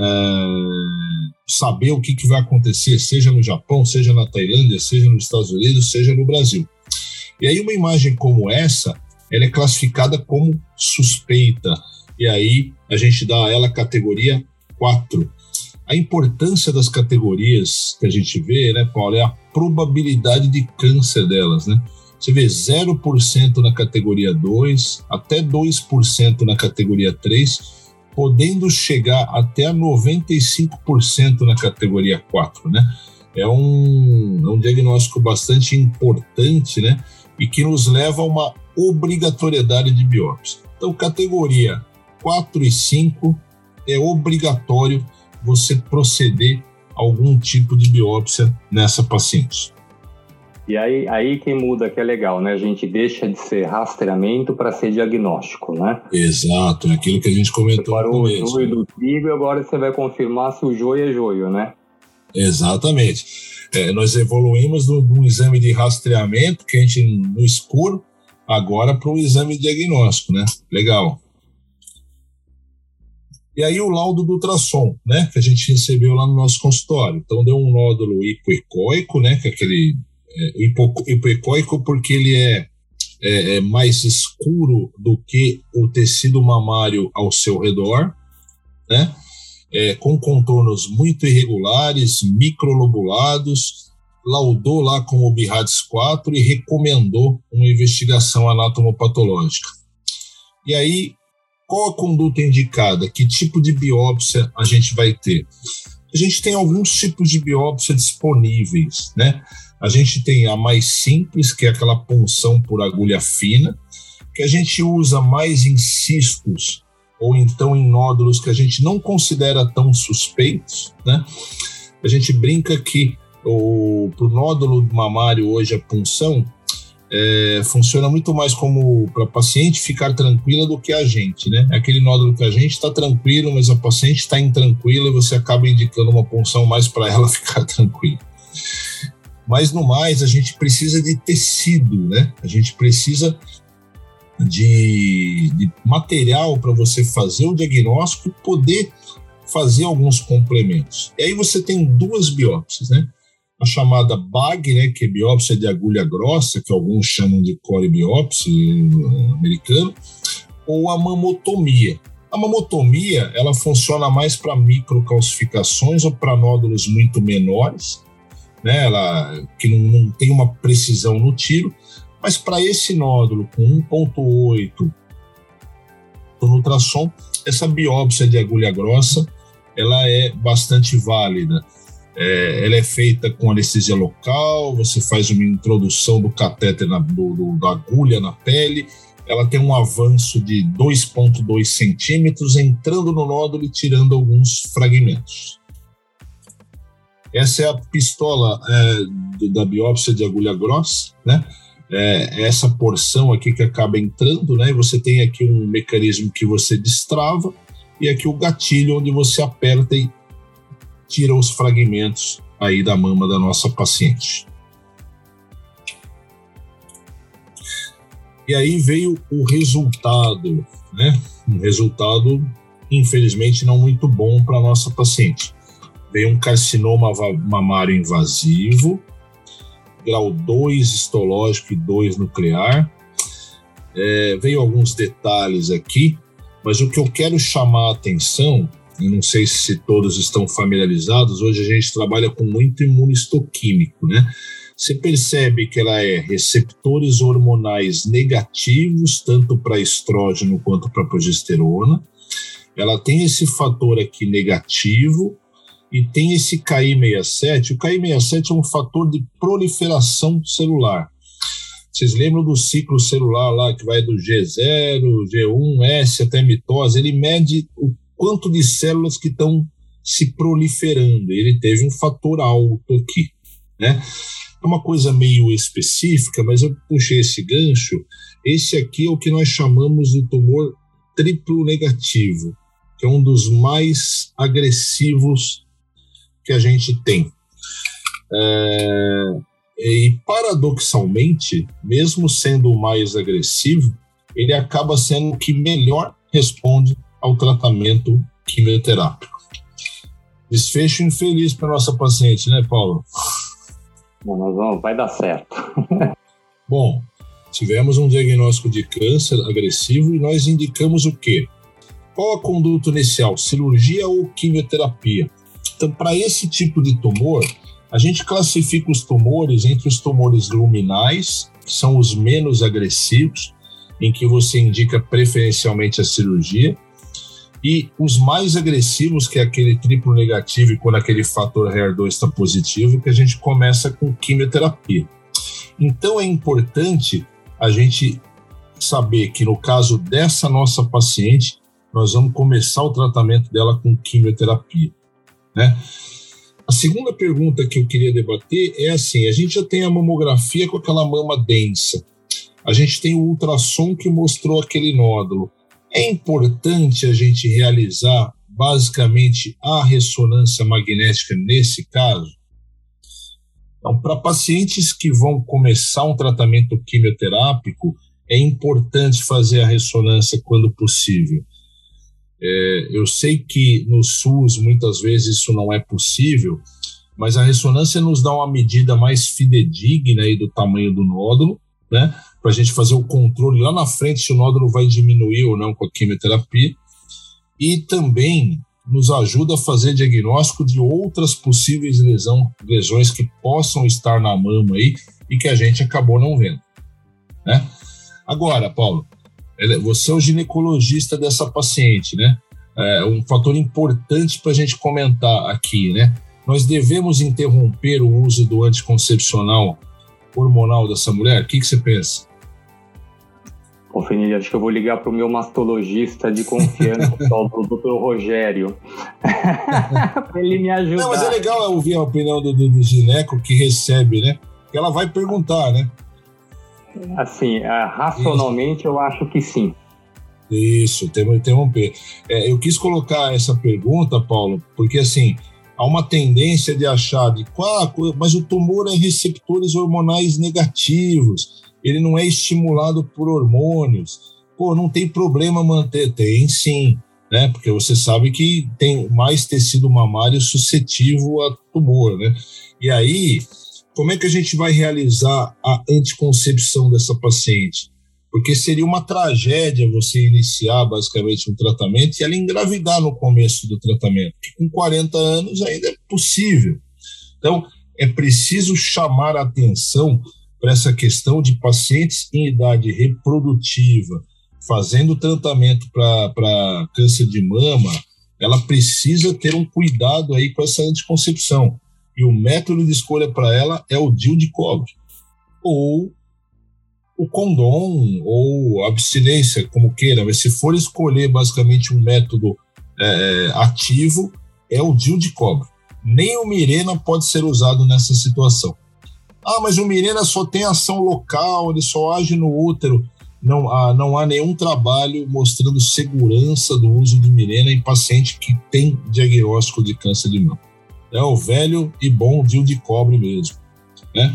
uh, saber o que, que vai acontecer, seja no Japão, seja na Tailândia, seja nos Estados Unidos, seja no Brasil. E aí uma imagem como essa, ela é classificada como suspeita, e aí a gente dá a ela a categoria quatro. A importância das categorias que a gente vê, né, Paulo, é a probabilidade de câncer delas, né? Você vê zero por cento na categoria dois, até dois por cento na categoria três, podendo chegar até a noventa e cinco por cento na categoria quatro, né? É um, é um diagnóstico bastante importante, né? E que nos leva a uma obrigatoriedade de biópsia. Então, categoria quatro e cinco é obrigatório você proceder a algum tipo de biópsia nessa paciente. E aí, aí que muda, que é legal, né? A gente deixa de ser rastreamento para ser diagnóstico, né? Exato, é aquilo que a gente comentou. Você parou o joio do trigo e agora você vai confirmar se o joio é joio, né? Exatamente. É, nós evoluímos de um exame de rastreamento, que a gente no escuro, agora para um exame diagnóstico, né? Legal. E aí o laudo do ultrassom, né? Que a gente recebeu lá no nosso consultório. Então deu um nódulo hipoecóico, né? Que é aquele é, hipo, hipoecóico porque ele é, é, é mais escuro do que o tecido mamário ao seu redor, né? É, com contornos muito irregulares, microlobulados, laudou lá com o B I R A D S quatro e recomendou uma investigação anatomopatológica. E aí, qual a conduta indicada? Que tipo de biópsia a gente vai ter? A gente tem alguns tipos de biópsia disponíveis, né? A gente tem a mais simples, que é aquela punção por agulha fina, que a gente usa mais em cistos ou então em nódulos que a gente não considera tão suspeitos, né? A gente brinca que o pro nódulo mamário hoje a punção é, funciona muito mais como para a paciente ficar tranquila do que a gente, né? Aquele nódulo que a gente está tranquilo, mas a paciente está intranquila e você acaba indicando uma punção mais para ela ficar tranquila. Mas no mais, a gente precisa de tecido, né? A gente precisa de, de material para você fazer o diagnóstico e poder fazer alguns complementos. E aí você tem duas biópsias, né? A chamada B A G, né, que é biópsia de agulha grossa, que alguns chamam de corebiópsia americano, ou a mamotomia. A mamotomia, ela funciona mais para microcalcificações ou para nódulos muito menores, né, ela, que não, não tem uma precisão no tiro, mas para esse nódulo com um ponto oito no ultrassom, essa biópsia de agulha grossa, ela é bastante válida. É, ela é feita com anestesia local, você faz uma introdução do catéter, na, do, do, da agulha na pele, ela tem um avanço de dois ponto dois centímetros, entrando no nódulo e tirando alguns fragmentos. Essa é a pistola é, da biópsia de agulha grossa, né? É essa porção aqui que acaba entrando, né? Você tem aqui um mecanismo que você destrava e aqui o gatilho onde você aperta e tira os fragmentos aí da mama da nossa paciente. E aí veio o resultado, né? Um resultado, infelizmente, não muito bom para a nossa paciente. Veio um carcinoma mamário invasivo, grau dois histológico e dois nuclear. É, veio alguns detalhes aqui, mas o que eu quero chamar a atenção, eu não sei se todos estão familiarizados, hoje a gente trabalha com muito imunistoquímico, né? Você percebe que ela é receptores hormonais negativos, tanto para estrógeno quanto para progesterona. Ela tem esse fator aqui negativo e tem esse K I sessenta e sete. O K I sessenta e sete é um fator de proliferação celular. Vocês lembram do ciclo celular lá, que vai do G zero, G um, S até mitose? Ele mede o quanto de células que estão se proliferando. Ele teve um fator alto aqui, né? É uma coisa meio específica, mas eu puxei esse gancho. Esse aqui é o que nós chamamos de tumor triplo negativo, que é um dos mais agressivos que a gente tem. É, e paradoxalmente, mesmo sendo o mais agressivo, ele acaba sendo o que melhor responde ao tratamento quimioterápico. Desfecho infeliz para nossa paciente, né, Paulo? Bom, nós vamos, vai dar certo. Bom, tivemos um diagnóstico de câncer agressivo e nós indicamos o quê? Qual a conduta inicial? Cirurgia ou quimioterapia? Então, para esse tipo de tumor, a gente classifica os tumores entre os tumores luminais, que são os menos agressivos, em que você indica preferencialmente a cirurgia, e os mais agressivos, que é aquele triplo negativo e quando aquele fator H E R dois está positivo, que a gente começa com quimioterapia. Então é importante a gente saber que no caso dessa nossa paciente, nós vamos começar o tratamento dela com quimioterapia, né? A segunda pergunta que eu queria debater é assim, a gente já tem a mamografia com aquela mama densa, a gente tem o ultrassom que mostrou aquele nódulo. É importante a gente realizar basicamente a ressonância magnética nesse caso? Então, para pacientes que vão começar um tratamento quimioterápico, é importante fazer a ressonância quando possível. É, eu sei que no SUS muitas vezes isso não é possível, mas a ressonância nos dá uma medida mais fidedigna aí do tamanho do nódulo, né, para a gente fazer o controle lá na frente se o nódulo vai diminuir ou não com a quimioterapia, e também nos ajuda a fazer diagnóstico de outras possíveis lesão, lesões que possam estar na mama aí e que a gente acabou não vendo, né? Agora, Paulo, você é o ginecologista dessa paciente, né? É um fator importante para a gente comentar aqui, né? Nós devemos interromper o uso do anticoncepcional hormonal dessa mulher? O que, que você pensa? Ô, Fenil, acho que eu vou ligar para o meu mastologista de confiança, o doutor Rogério, para ele me ajudar. Não, mas é legal ouvir a opinião do, do, do gineco que recebe, né? Que ela vai perguntar, né? Assim, racionalmente Isso. eu acho que sim. Isso, temos que interromper. É, eu quis colocar essa pergunta, Paulo, porque assim, há uma tendência de achar de, ah, mas o tumor é receptores hormonais negativos, ele não é estimulado por hormônios. Pô, não tem problema manter. Tem sim, né? Porque você sabe que tem mais tecido mamário suscetível a tumor, né? E aí, como é que a gente vai realizar a anticoncepção dessa paciente? Porque seria uma tragédia você iniciar basicamente um tratamento e ela engravidar no começo do tratamento, que com quarenta anos ainda é possível. Então, é preciso chamar a atenção para essa questão de pacientes em idade reprodutiva, fazendo tratamento para câncer de mama, ela precisa ter um cuidado aí com essa anticoncepção. E o método de escolha para ela é o D I U de cobre, ou o condom, ou abstinência, como queira. Mas se for escolher basicamente um método é, ativo, é o D I U de cobre. Nem o Mirena pode ser usado nessa situação. Ah, mas o Mirena só tem ação local, ele só age no útero. Não há, não há nenhum trabalho mostrando segurança do uso do Mirena em paciente que tem diagnóstico de câncer de mama. É o velho e bom D I U de cobre mesmo, né?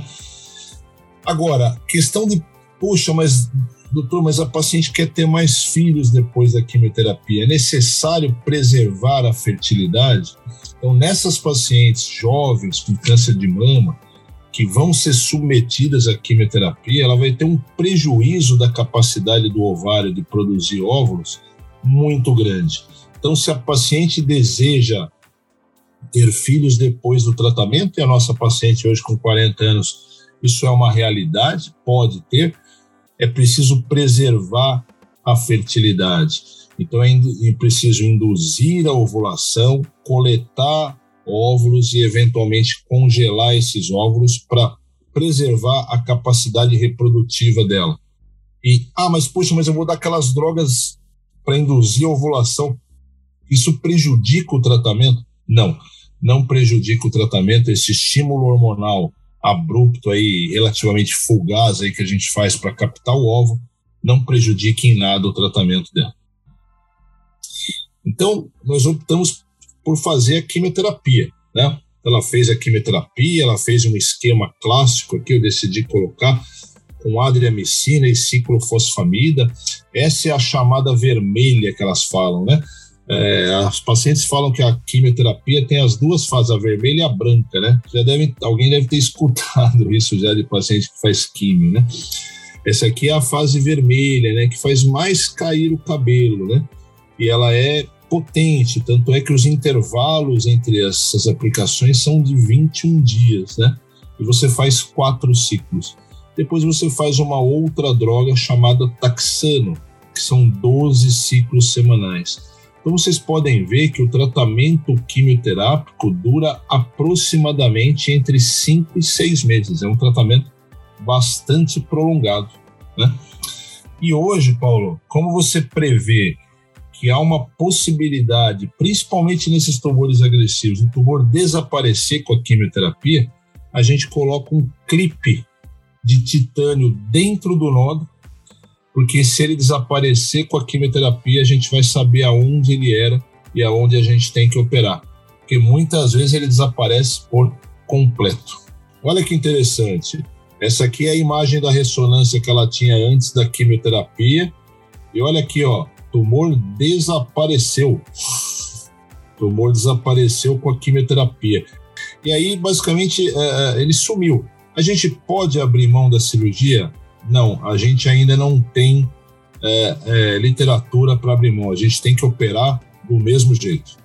Agora, questão de, puxa, mas doutor, mas a paciente quer ter mais filhos depois da quimioterapia. É necessário preservar a fertilidade? Então, nessas pacientes jovens com câncer de mama, que vão ser submetidas à quimioterapia, ela vai ter um prejuízo da capacidade do ovário de produzir óvulos muito grande. Então, se a paciente deseja ter filhos depois do tratamento, e a nossa paciente hoje com quarenta anos, isso é uma realidade, pode ter, é preciso preservar a fertilidade. Então, é preciso induzir a ovulação, coletar óvulos e eventualmente congelar esses óvulos para preservar a capacidade reprodutiva dela. E, ah, mas puxa, mas eu vou dar aquelas drogas para induzir a ovulação. Isso prejudica o tratamento? Não, não prejudica o tratamento. Esse estímulo hormonal abrupto aí, relativamente fugaz aí que a gente faz para captar o óvulo, não prejudica em nada o tratamento dela. Então, nós optamos por fazer a quimioterapia, né? Ela fez a quimioterapia, ela fez um esquema clássico aqui, eu decidi colocar com adriamicina e ciclofosfamida. Essa é a chamada vermelha que elas falam, né? É, as pacientes falam que a quimioterapia tem as duas fases, a vermelha e a branca, né? Já deve, alguém deve ter escutado isso já de paciente que faz quimio, né? Essa aqui é a fase vermelha, né? Que faz mais cair o cabelo, né? E ela é potente, tanto é que os intervalos entre essas aplicações são de vinte e um dias, né? E você faz quatro ciclos. Depois você faz uma outra droga chamada taxano, que são doze ciclos semanais. Então vocês podem ver que o tratamento quimioterápico dura aproximadamente entre cinco e seis meses. É um tratamento bastante prolongado, né? E hoje, Paulo, como você prevê que há uma possibilidade, principalmente nesses tumores agressivos, do tumor desaparecer com a quimioterapia, a gente coloca um clipe de titânio dentro do nódulo, porque se ele desaparecer com a quimioterapia, a gente vai saber aonde ele era e aonde a gente tem que operar, porque muitas vezes ele desaparece por completo. Olha que interessante, essa aqui é a imagem da ressonância que ela tinha antes da quimioterapia, e olha aqui, ó, tumor desapareceu, tumor desapareceu com a quimioterapia, e aí basicamente é, ele sumiu. A gente pode abrir mão da cirurgia? Não, a gente ainda não tem é, é, literatura para abrir mão, a gente tem que operar do mesmo jeito.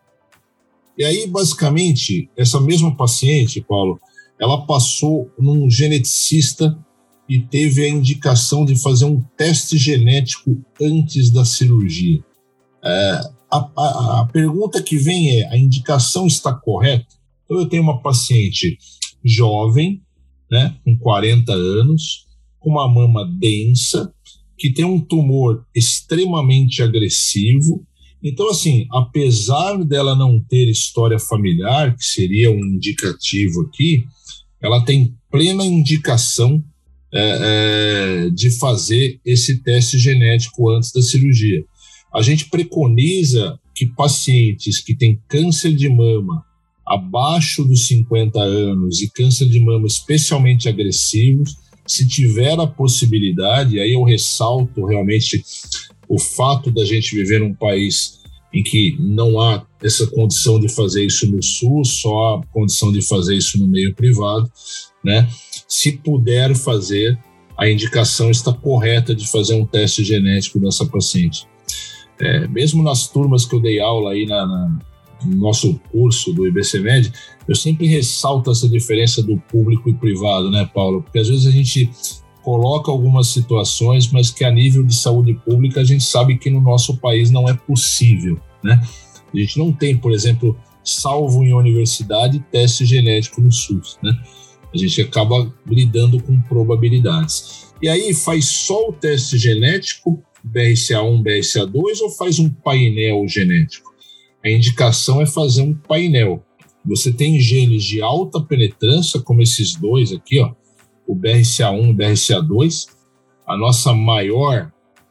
E aí, basicamente, essa mesma paciente, Paulo, ela passou num geneticista e teve a indicação de fazer um teste genético antes da cirurgia. É, a, a, a pergunta que vem é, a indicação está correta? Então, eu tenho uma paciente jovem, né, com quarenta anos, com uma mama densa, que tem um tumor extremamente agressivo. Então, assim, apesar dela não ter história familiar, que seria um indicativo aqui, ela tem plena indicação é, é, de fazer esse teste genético antes da cirurgia. A gente preconiza que pacientes que têm câncer de mama abaixo dos cinquenta anos e câncer de mama especialmente agressivos, se tiver a possibilidade, aí eu ressalto realmente o fato da gente viver num país em que não há essa condição de fazer isso no SUS, só há condição de fazer isso no meio privado, né? Se puder fazer, a indicação está correta de fazer um teste genético dessa paciente. É, mesmo nas turmas que eu dei aula aí na, na, no nosso curso do IBCMed, eu sempre ressalto essa diferença do público e privado, né, Paulo? Porque às vezes a gente coloca algumas situações, mas que a nível de saúde pública a gente sabe que no nosso país não é possível, né? A gente não tem, por exemplo, salvo em universidade, teste genético no SUS, né? A gente acaba lidando com probabilidades. E aí faz só o teste genético, B R C A um, B R C A dois, ou faz um painel genético? A indicação é fazer um painel. Você tem genes de alta penetrância, como esses dois aqui, ó, o B R C A um e o B R C A dois. A nossa maior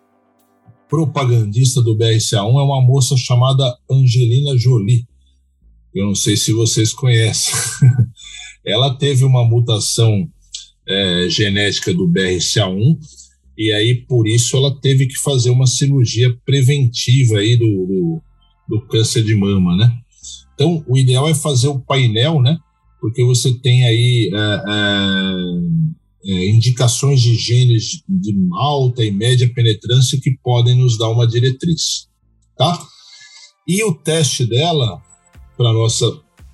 propagandista do B R C A um é uma moça chamada Angelina Jolie. Eu não sei se vocês conhecem. Ela teve uma mutação é, genética do B R C A um e aí por isso ela teve que fazer uma cirurgia preventiva aí do, do, do câncer de mama, né? Então o ideal é fazer o painel, né? Porque você tem aí é, é, é, indicações de genes de alta e média penetrância que podem nos dar uma diretriz, tá? E o teste dela, para nossa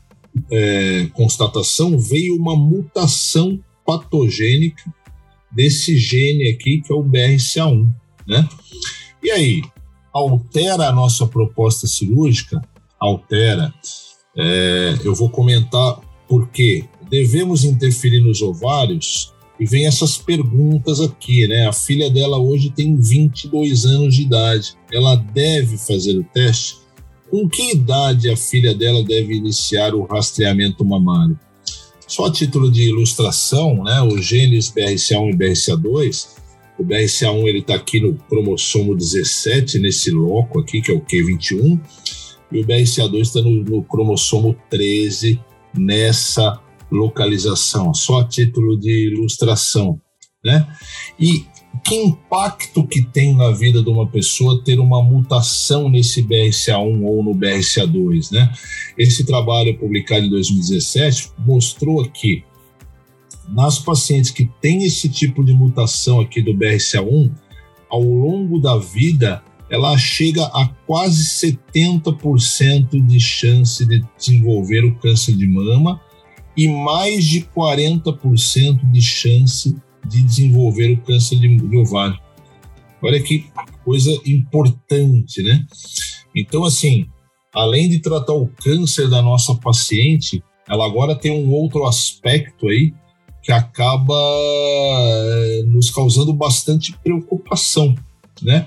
é, constatação, veio uma mutação patogênica desse gene aqui, que é o B R C A um, né? E aí, altera a nossa proposta cirúrgica? Altera. É, eu vou comentar por quê. Devemos interferir nos ovários? E vem essas perguntas aqui, né? A filha dela hoje tem vinte e dois anos de idade. Ela deve fazer o teste? Com que idade a filha dela deve iniciar o rastreamento mamário? Só a título de ilustração, né? Os genes B R C A um e B R C A dois, o B R C A um ele está aqui no cromossomo dezessete, nesse loco aqui, que é o Q vinte e um, e o B R C A dois está no, no cromossomo treze, nessa localização, só a título de ilustração, né? E que impacto que tem na vida de uma pessoa ter uma mutação nesse B R C A um ou no B R C A dois, né? Esse trabalho publicado em dois mil e dezessete mostrou aqui, nas pacientes que têm esse tipo de mutação aqui do B R C A um, ao longo da vida, ela chega a quase setenta por cento de chance de desenvolver o câncer de mama e mais de quarenta por cento de chance de desenvolver o câncer de, de ovário. Olha que coisa importante, né? Então, assim, além de tratar o câncer da nossa paciente, ela agora tem um outro aspecto aí que acaba nos causando bastante preocupação, né?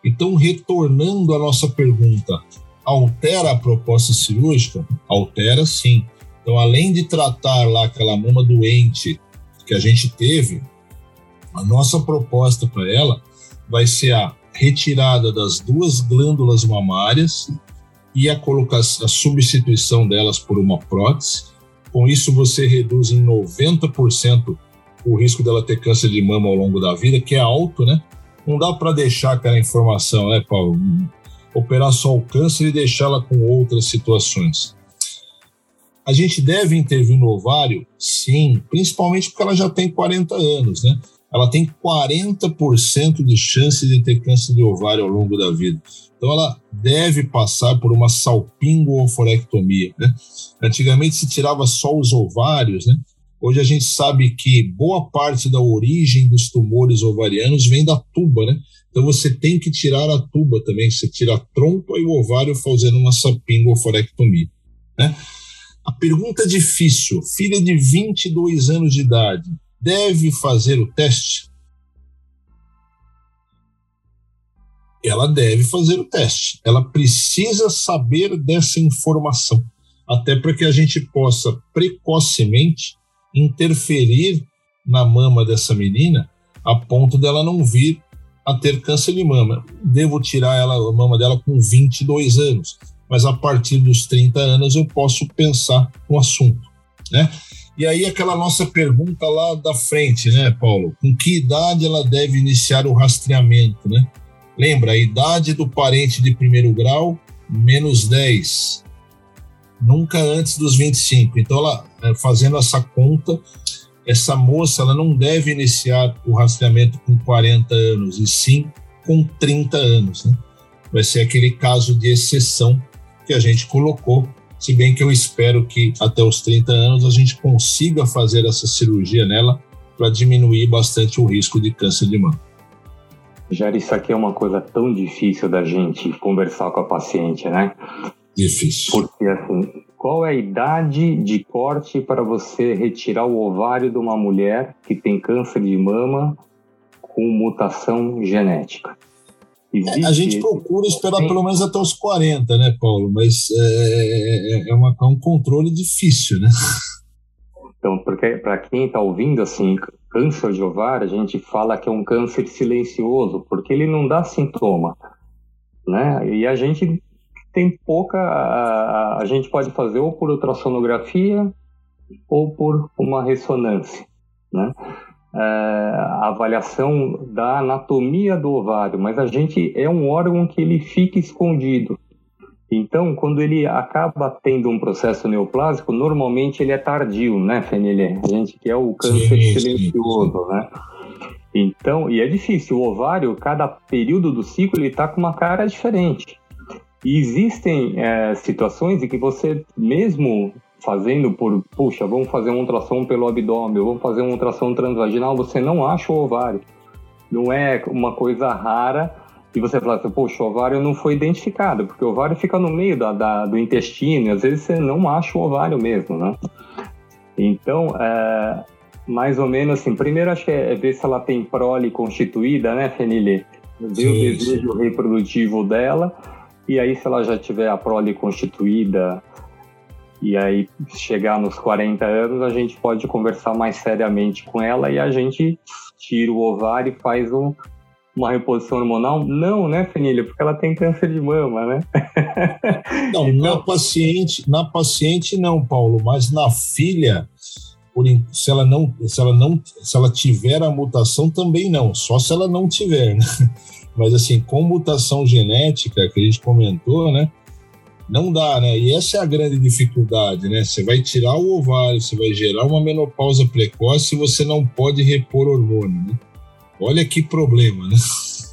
Então, retornando à nossa pergunta, altera a proposta cirúrgica? Altera, sim. Então, além de tratar lá aquela mama doente que a gente teve, a nossa proposta para ela vai ser a retirada das duas glândulas mamárias e a colocação, a substituição delas por uma prótese. Com isso, você reduz em noventa por cento o risco dela ter câncer de mama ao longo da vida, que é alto, né? Não dá para deixar aquela informação, né, Paulo? Operar só o câncer e deixá-la com outras situações. A gente deve intervir no ovário? Sim, principalmente porque ela já tem quarenta anos, né? Ela tem quarenta por cento de chance de ter câncer de ovário ao longo da vida. Então, ela deve passar por uma salpingo-ovarectomia, né? Antigamente se tirava só os ovários, né? Hoje a gente sabe que boa parte da origem dos tumores ovarianos vem da tuba, né? Então você tem que tirar a tuba também, você tira a trompa e o ovário fazendo uma salpingo-ovarectomia, né? A pergunta difícil, filha de vinte e dois anos de idade, deve fazer o teste? Ela deve fazer o teste. Ela precisa saber dessa informação, até para que a gente possa precocemente interferir na mama dessa menina a ponto dela não vir a ter câncer de mama. Devo tirar ela, a mama dela com vinte e dois anos, mas a partir dos trinta anos eu posso pensar no assunto, né? E aí aquela nossa pergunta lá da frente, né, Paulo? Com que idade ela deve iniciar o rastreamento, né? Lembra, a idade do parente de primeiro grau, menos dez. Nunca antes dos vinte e cinco. Então, ela, fazendo essa conta, essa moça ela não deve iniciar o rastreamento com quarenta anos, e sim com trinta anos, né? Vai ser aquele caso de exceção que a gente colocou, se bem que eu espero que até os trinta anos a gente consiga fazer essa cirurgia nela para diminuir bastante o risco de câncer de mama. Jair, isso aqui é uma coisa tão difícil da gente conversar com a paciente, né? Difícil. Porque, assim, qual é a idade de corte para você retirar o ovário de uma mulher que tem câncer de mama com mutação genética? É, a gente procura esperar tem... pelo menos até os quarenta, né, Paulo? Mas é, é, é, uma, é um controle difícil, né? Então, porque para quem está ouvindo, assim, câncer de ovário, a gente fala que é um câncer silencioso, porque ele não dá sintoma, né? E a gente tem pouca... A, a gente pode fazer ou por ultrassonografia ou por uma ressonância, né? É, a avaliação da anatomia do ovário, mas a gente é um órgão que ele fica escondido. Então, quando ele acaba tendo um processo neoplásico, normalmente ele é tardio, né, Fenelê? A gente quer o câncer sim, silencioso, sim. né? Então, e é difícil, o ovário, cada período do ciclo, ele está com uma cara diferente. E existem é, situações em que você, mesmo fazendo por, puxa, vamos fazer um ultrassom pelo abdômen, vamos fazer um ultrassom transvaginal, você não acha o ovário. Não é uma coisa rara e você fala assim, poxa, o ovário não foi identificado, porque o ovário fica no meio da, da, do intestino e às vezes você não acha o ovário mesmo, né? Então, é, mais ou menos assim, primeiro acho que é, é ver se ela tem prole constituída, né, Fenilê? Ver o desejo reprodutivo dela e aí se ela já tiver a prole constituída e aí chegar nos quarenta anos, a gente pode conversar mais seriamente com ela e a gente tira o ovário e faz um, uma reposição hormonal. Não, né, Fenilha? Porque ela tem câncer de mama, né? Não, então... na, paciente, na paciente não, Paulo, mas na filha, por, se, ela não, se, ela não, se ela tiver a mutação, também não, só se ela não tiver, né? Mas assim, com mutação genética, que a gente comentou, né? Não dá, né? E essa é a grande dificuldade, né? Você vai tirar o ovário, você vai gerar uma menopausa precoce e você não pode repor hormônio, né? Olha que problema, né?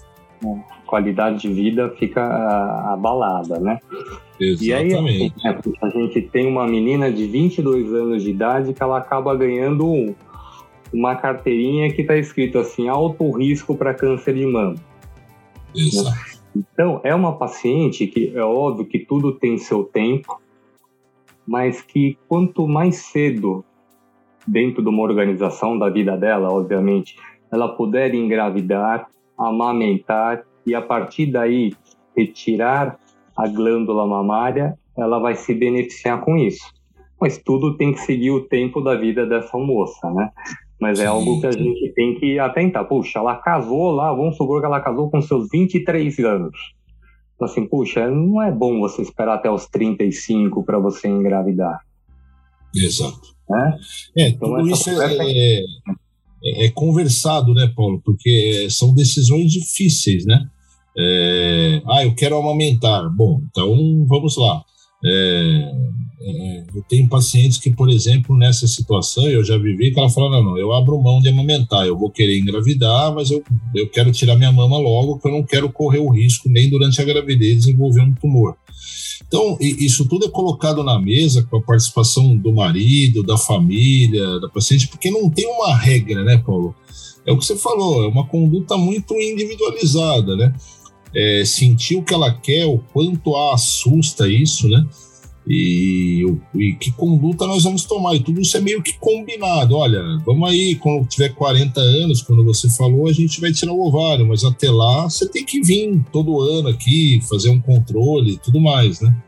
A qualidade de vida fica abalada, né? Exatamente. E aí, assim, a gente tem uma menina de vinte e dois anos de idade que ela acaba ganhando uma carteirinha que está escrito assim, alto risco para câncer de mama. Exato. Né? Então, é uma paciente que é óbvio que tudo tem seu tempo, mas que quanto mais cedo, dentro de uma organização da vida dela, obviamente, ela puder engravidar, amamentar e a partir daí retirar a glândula mamária, ela vai se beneficiar com isso. Mas tudo tem que seguir o tempo da vida dessa moça, né? Mas é Sim. algo que a gente tem que atentar. Puxa, ela casou lá, vamos supor que ela casou com seus vinte e três anos. Então, assim, puxa, não é bom você esperar até os trinta e cinco para você engravidar. Exato. Né? É, então, tudo isso é, é, é, é conversado, né, Paulo? Porque são decisões difíceis, né? É, ah, eu quero amamentar. Bom, então vamos lá. É, é, eu tenho pacientes que, por exemplo, nessa situação, eu já vivi que ela fala, não, não, eu abro mão de amamentar, eu vou querer engravidar, mas eu, eu quero tirar minha mama logo, porque eu não quero correr o risco nem durante a gravidez desenvolver um tumor. Então, isso tudo é colocado na mesa com a participação do marido, da família, da paciente, porque não tem uma regra, né, Paulo? É o que você falou, é uma conduta muito individualizada, né? É, sentir o que ela quer, o quanto a assusta isso, né? E, e que conduta nós vamos tomar. E tudo isso é meio que combinado. Olha, vamos aí, quando tiver quarenta anos, quando você falou, a gente vai tirar o ovário, mas até lá você tem que vir todo ano aqui, fazer um controle e tudo mais, né?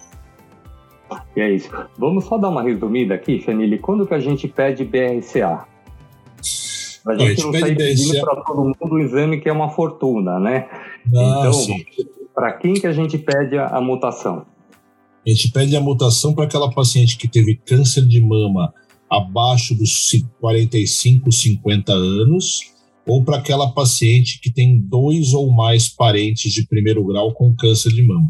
E é isso. Vamos só dar uma resumida aqui, Fenili. Quando que a gente pede B R C A? A gente, a gente não sai pedindo para todo mundo um exame que é uma fortuna, né? Ah, então, para quem que a gente pede a, a mutação? A gente pede a mutação para aquela paciente que teve câncer de mama abaixo dos quarenta e cinco, cinquenta anos, ou para aquela paciente que tem dois ou mais parentes de primeiro grau com câncer de mama.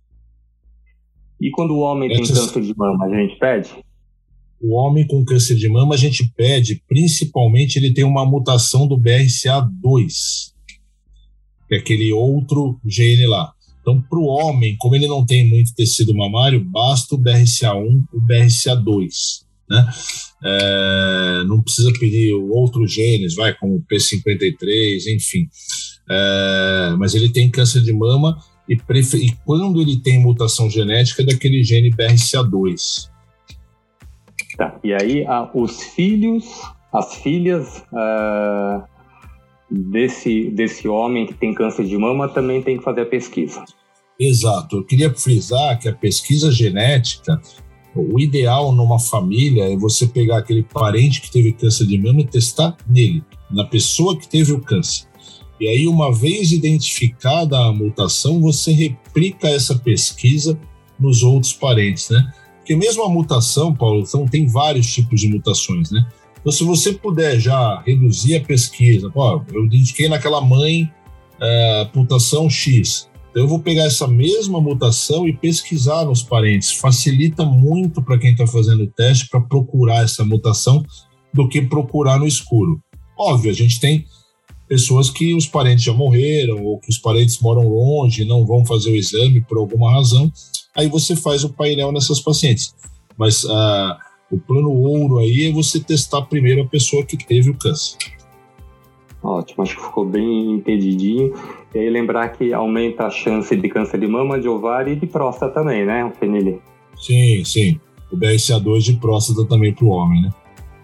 E quando o homem Essas... tem câncer de mama, a gente pede? O homem com câncer de mama, a gente pede, principalmente, ele tem uma mutação do B R C A dois, que é aquele outro gene lá. Então, para o homem, como ele não tem muito tecido mamário, basta o B R C A um, o B R C A dois, né? É, não precisa pedir outros genes, vai, como o P cinquenta e três, enfim. É, mas ele tem câncer de mama e, prefer... e quando ele tem mutação genética é daquele gene B R C A dois. Tá, e aí a, os filhos, as filhas uh, desse, desse homem que tem câncer de mama também tem que fazer a pesquisa. Exato, eu queria frisar que a pesquisa genética, o ideal numa família é você pegar aquele parente que teve câncer de mama e testar nele, na pessoa que teve o câncer. E aí, uma vez identificada a mutação, você replica essa pesquisa nos outros parentes, né? Porque mesmo a mutação, Paulo, então, tem vários tipos de mutações, né? Então, se você puder já reduzir a pesquisa, ó, eu identifiquei naquela mãe é, mutação X, então eu vou pegar essa mesma mutação e pesquisar nos parentes. Facilita muito para quem está fazendo o teste para procurar essa mutação do que procurar no escuro. Óbvio, a gente tem pessoas que os parentes já morreram ou que os parentes moram longe e não vão fazer o exame por alguma razão. Aí você faz o painel nessas pacientes. Mas uh, o plano ouro aí é você testar primeiro a pessoa que teve o câncer. Ótimo, acho que ficou bem entendidinho. E aí lembrar que aumenta a chance de câncer de mama, de ovário e de próstata também, né, Fenili? Sim, sim. O B R C A dois de próstata também para o homem, né?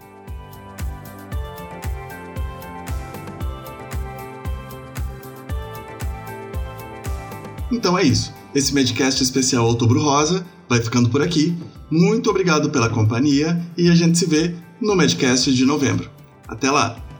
Então é isso. Esse Medcast especial Outubro Rosa vai ficando por aqui. Muito obrigado pela companhia e a gente se vê no Medcast de novembro. Até lá!